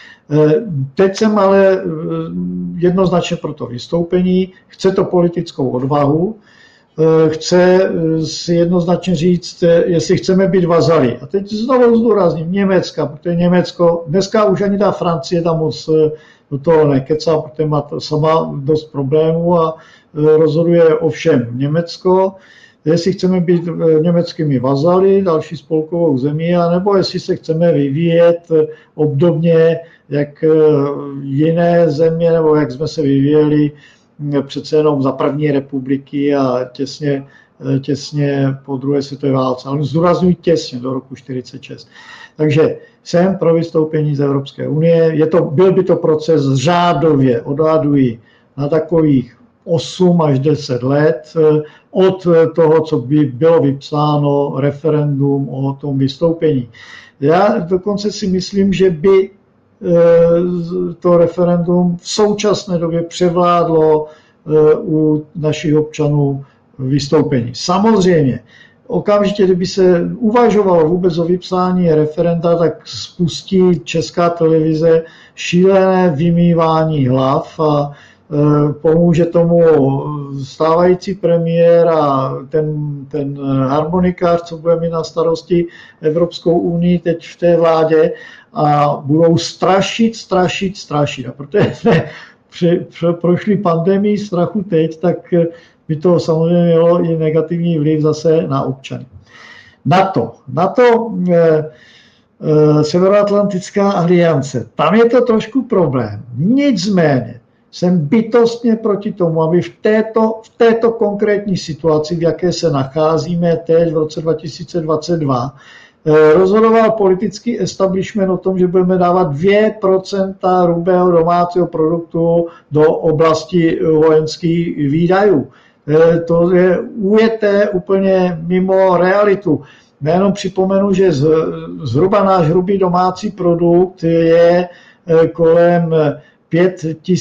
Teď jsem ale jednoznačně pro to vystoupení, chce to politickou odvahu, chce si jednoznačně říct, jestli chceme být vazali. A teď znovu zdůrazním Německa, protože Německo, dneska už ani ta Francie tam moc do toho nekecá, protože má sama dost problémů a rozhoduje o všem Německo, jestli chceme být německými vazaly, další spolkovou zemí, anebo jestli se chceme vyvíjet obdobně jak jiné země, nebo jak jsme se vyvíjeli přece jenom za první republiky a těsně, těsně po druhé světové válce. Ale zdůrazňuji těsně do roku čtyřicet šest. Takže jsem pro vystoupení z Evropské unie. Je to, byl by to proces řádově, odhaduji, na takových osm až deset let od toho, co by bylo vypsáno referendum o tom vystoupení. Já dokonce si myslím, že by to referendum v současné době převládlo u našich občanů vystoupení. Samozřejmě, okamžitě, kdyby se uvažovalo vůbec o vypsání referenda, tak spustí Česká televize šílené vymývání hlav a pomůže tomu stávající premiér a ten, ten harmonikář, co bude mít na starosti Evropskou unii teď v té vládě, a budou strašit, strašit, strašit. A protože jsme prošli pandemii strachu teď, tak by to samozřejmě mělo i negativní vliv zase na občany. NATO. NATO, eh, eh, Severoatlantická aliance. Tam je to trošku problém. Nicméně jsem bytostně proti tomu, aby v této, v této konkrétní situaci, v jaké se nacházíme teď v roce dva tisíce dvacet dva, rozhodoval politický establishment o tom, že budeme dávat dvě procenta hrubého domácího produktu do oblasti vojenských výdajů. To je ujeté úplně mimo realitu. Nejenom připomenu, že zhruba náš hrubý domácí produkt je kolem pět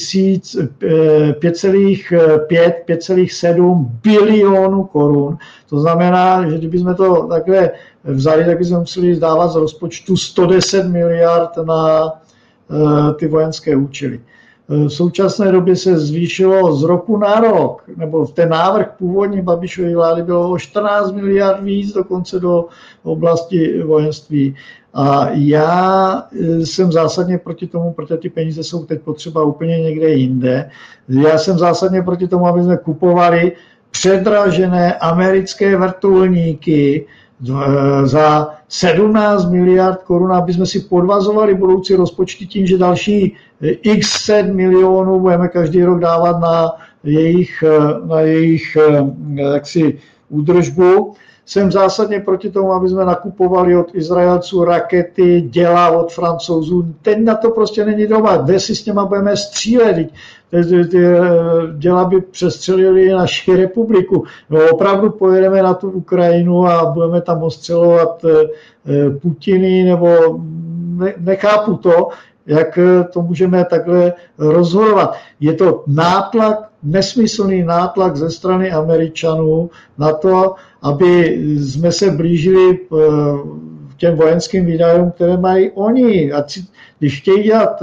celá sedm bilionů korun. To znamená, že kdybychom to takhle vzali, tak bychom museli dávat z rozpočtu sto deset miliard na ty vojenské účely. V současné době se zvýšilo z roku na rok, nebo ten návrh původní Babišovy vlády bylo o čtrnáct miliard víc dokonce do oblasti vojenství. A já jsem zásadně proti tomu, protože ty peníze jsou teď potřeba úplně někde jinde. Já jsem zásadně proti tomu, aby jsme kupovali předražené americké vrtulníky za sedmnáct miliard korun, aby jsme si podvazovali budoucí rozpočty tím, že další x set milionů budeme každý rok dávat na jejich, na jejich jaksi, údržbu. Jsem zásadně proti tomu, aby jsme nakupovali od Izraelců rakety, děla od Francouzů. Teď na to prostě není doba. Kde si s těma budeme střílet? Ty, ty děla by přestřelili naši republiku. No, opravdu pojedeme na tu Ukrajinu a budeme tam ostřelovat Putiny, nebo ne, nechápu to, jak to můžeme takhle rozhodovat. Je to nátlak, nesmyslný nátlak ze strany Američanů na to, aby jsme se blížili k těm vojenským výdajům, které mají oni. A když chtějí dělat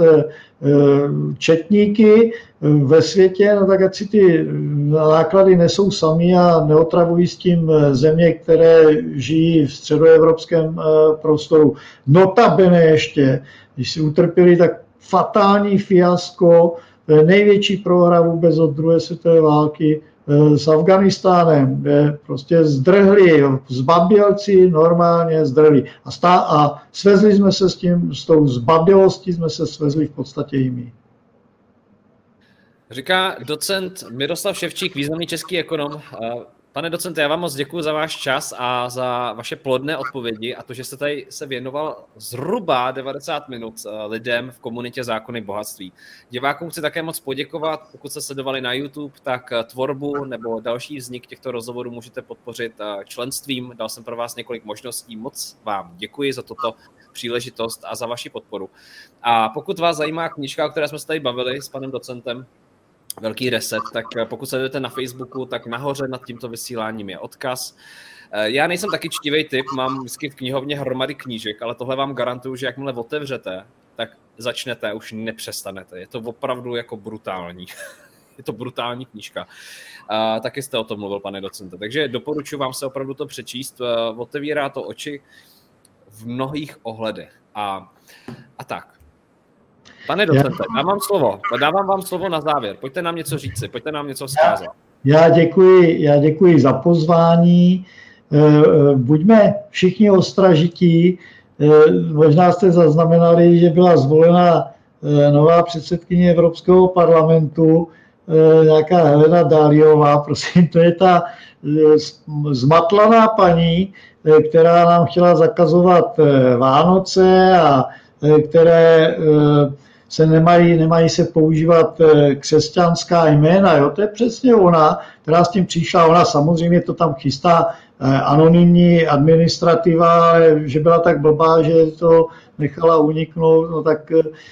četníky ve světě, no tak ať si ty náklady nesou sami a neotravují s tím země, které žijí v středoevropském prostoru. Notabene ještě, když si utrpěli tak fatální fiasko, největší prohra vůbec od druhé světové války s Afganistánem, kde prostě zdrhli, zbabělci normálně zdrhli. A, stá, a svezli jsme se s tím, s tou zbabělostí jsme se svezli v podstatě i my. Říká docent Miroslav Ševčík, významný český ekonom. Pane docente, já vám moc děkuji za váš čas a za vaše plodné odpovědi a to, že jste tady se věnoval zhruba devadesát minut lidem v komunitě Zákony bohatství. Divákům chci také moc poděkovat, pokud jste sledovali na YouTube, tak tvorbu nebo další vznik těchto rozhovorů můžete podpořit členstvím. Dal jsem pro vás několik možností. Moc vám děkuji za toto příležitost a za vaši podporu. A pokud vás zajímá knížka, o které jsme se tady bavili s panem docentem, Velký reset, tak pokud se jdete na Facebooku, tak nahoře nad tímto vysíláním je odkaz. Já nejsem taky čtivý typ, mám vždycky v knihovně hromady knížek, ale tohle vám garantuju, že jakmile otevřete, tak začnete, už nepřestanete. Je to opravdu jako brutální. Je to brutální knížka. A taky jste o tom mluvil, pane docente. Takže doporučuji vám se opravdu to přečíst. Otevírá to oči v mnohých ohledech. A, a tak. Pane docente, dávám slovo. Dávám vám slovo na závěr. Pojďte nám něco říci, pojďte nám něco vzkázat. Já děkuji, já děkuji za pozvání. Buďme všichni ostražití. Možná jste zaznamenali, že byla zvolena nová předsedkyně Evropského parlamentu, nějaká Helena Dalliová, prosím, to je ta zmatlaná paní, která nám chtěla zakazovat Vánoce a které se nemají, nemají se používat křesťanská jména. Jo? To je přesně ona, která s tím přišla. Ona samozřejmě to tam chystá anonymní administrativa, že byla tak blbá, že to nechala uniknout, no tak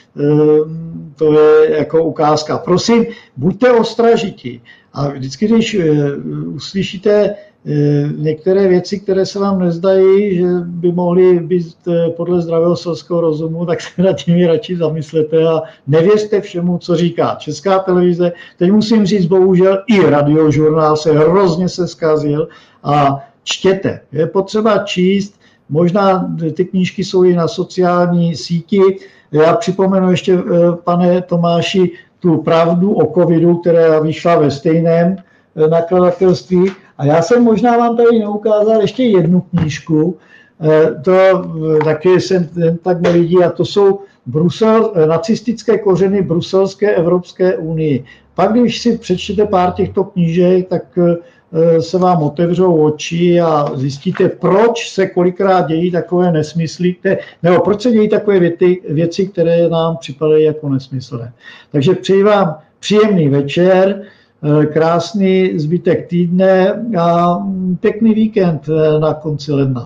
to je jako ukázka. Prosím, buďte ostražití. A vždycky, když uslyšíte některé věci, které se vám nezdají, že by mohly být podle zdravého selského rozumu, tak se nad tím radši zamyslete a nevěřte všemu, co říká Česká televize. Teď musím říct, bohužel i radiožurnál se hrozně se zkazil a čtěte. Je potřeba číst, možná ty knížky jsou i na sociální síti. Já připomenu ještě, pane Tomáši, tu pravdu o covidu, která vyšla ve stejném nakladatelství. A já jsem možná vám tady neukázal ještě jednu knížku, to taky jsem tak nelidí, a to jsou Brusel, nacistické kořeny bruselské Evropské unii. Pak, když si přečtete pár těchto knížek, tak se vám otevřou oči a zjistíte, proč se kolikrát dějí takové nesmysly, které, nebo proč se dějí takové věty, věci, které nám připadají jako nesmyslné. Takže přeji vám příjemný večer, krásný zbytek týdne a pěkný víkend na konci ledna.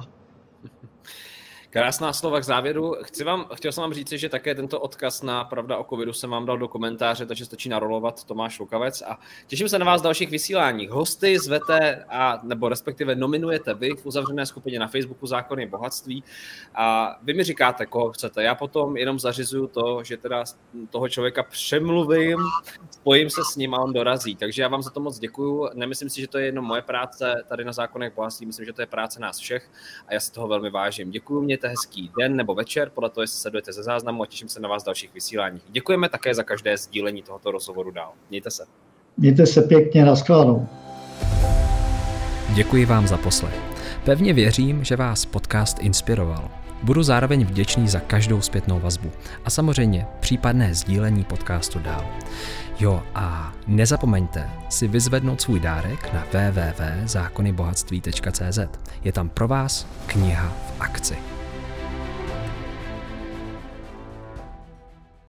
Krásná slova k závěru. Chci vám, chtěl jsem vám říct, že také tento odkaz na Pravda o covidu jsem vám dal do komentáře, takže stačí narolovat Tomáš Lukavec a těším se na vás v dalších vysíláních. Hosty zvete a nebo respektive nominujete vy v uzavřené skupině na Facebooku Zákony bohatství a vy mi říkáte, koho chcete. Já potom jenom zařizuju to, že teda toho člověka přemluvím, spojím se s ním a on dorazí. Takže já vám za to moc děkuju. Nemyslím si, že to je jenom moje práce tady na Zákonech bohatství, myslím, že to je práce nás všech a já si toho velmi vážím. Děkuju, mějte hezký den nebo večer, podle toho, jestli sledujete ze záznamu a těším se na vás v dalších vysíláních. Děkujeme také za každé sdílení tohoto rozhovoru dál. Mějte se. Mějte se pěkně, nashledanou. Děkuji vám za poslech. Pevně věřím, že vás podcast inspiroval. Budu zároveň vděčný za každou zpětnou vazbu a samozřejmě případné sdílení podcastu dál. Jo a nezapomeňte si vyzvednout svůj dárek na w w w tečka zákony bohatství tečka c z. Je tam pro vás kniha v akci.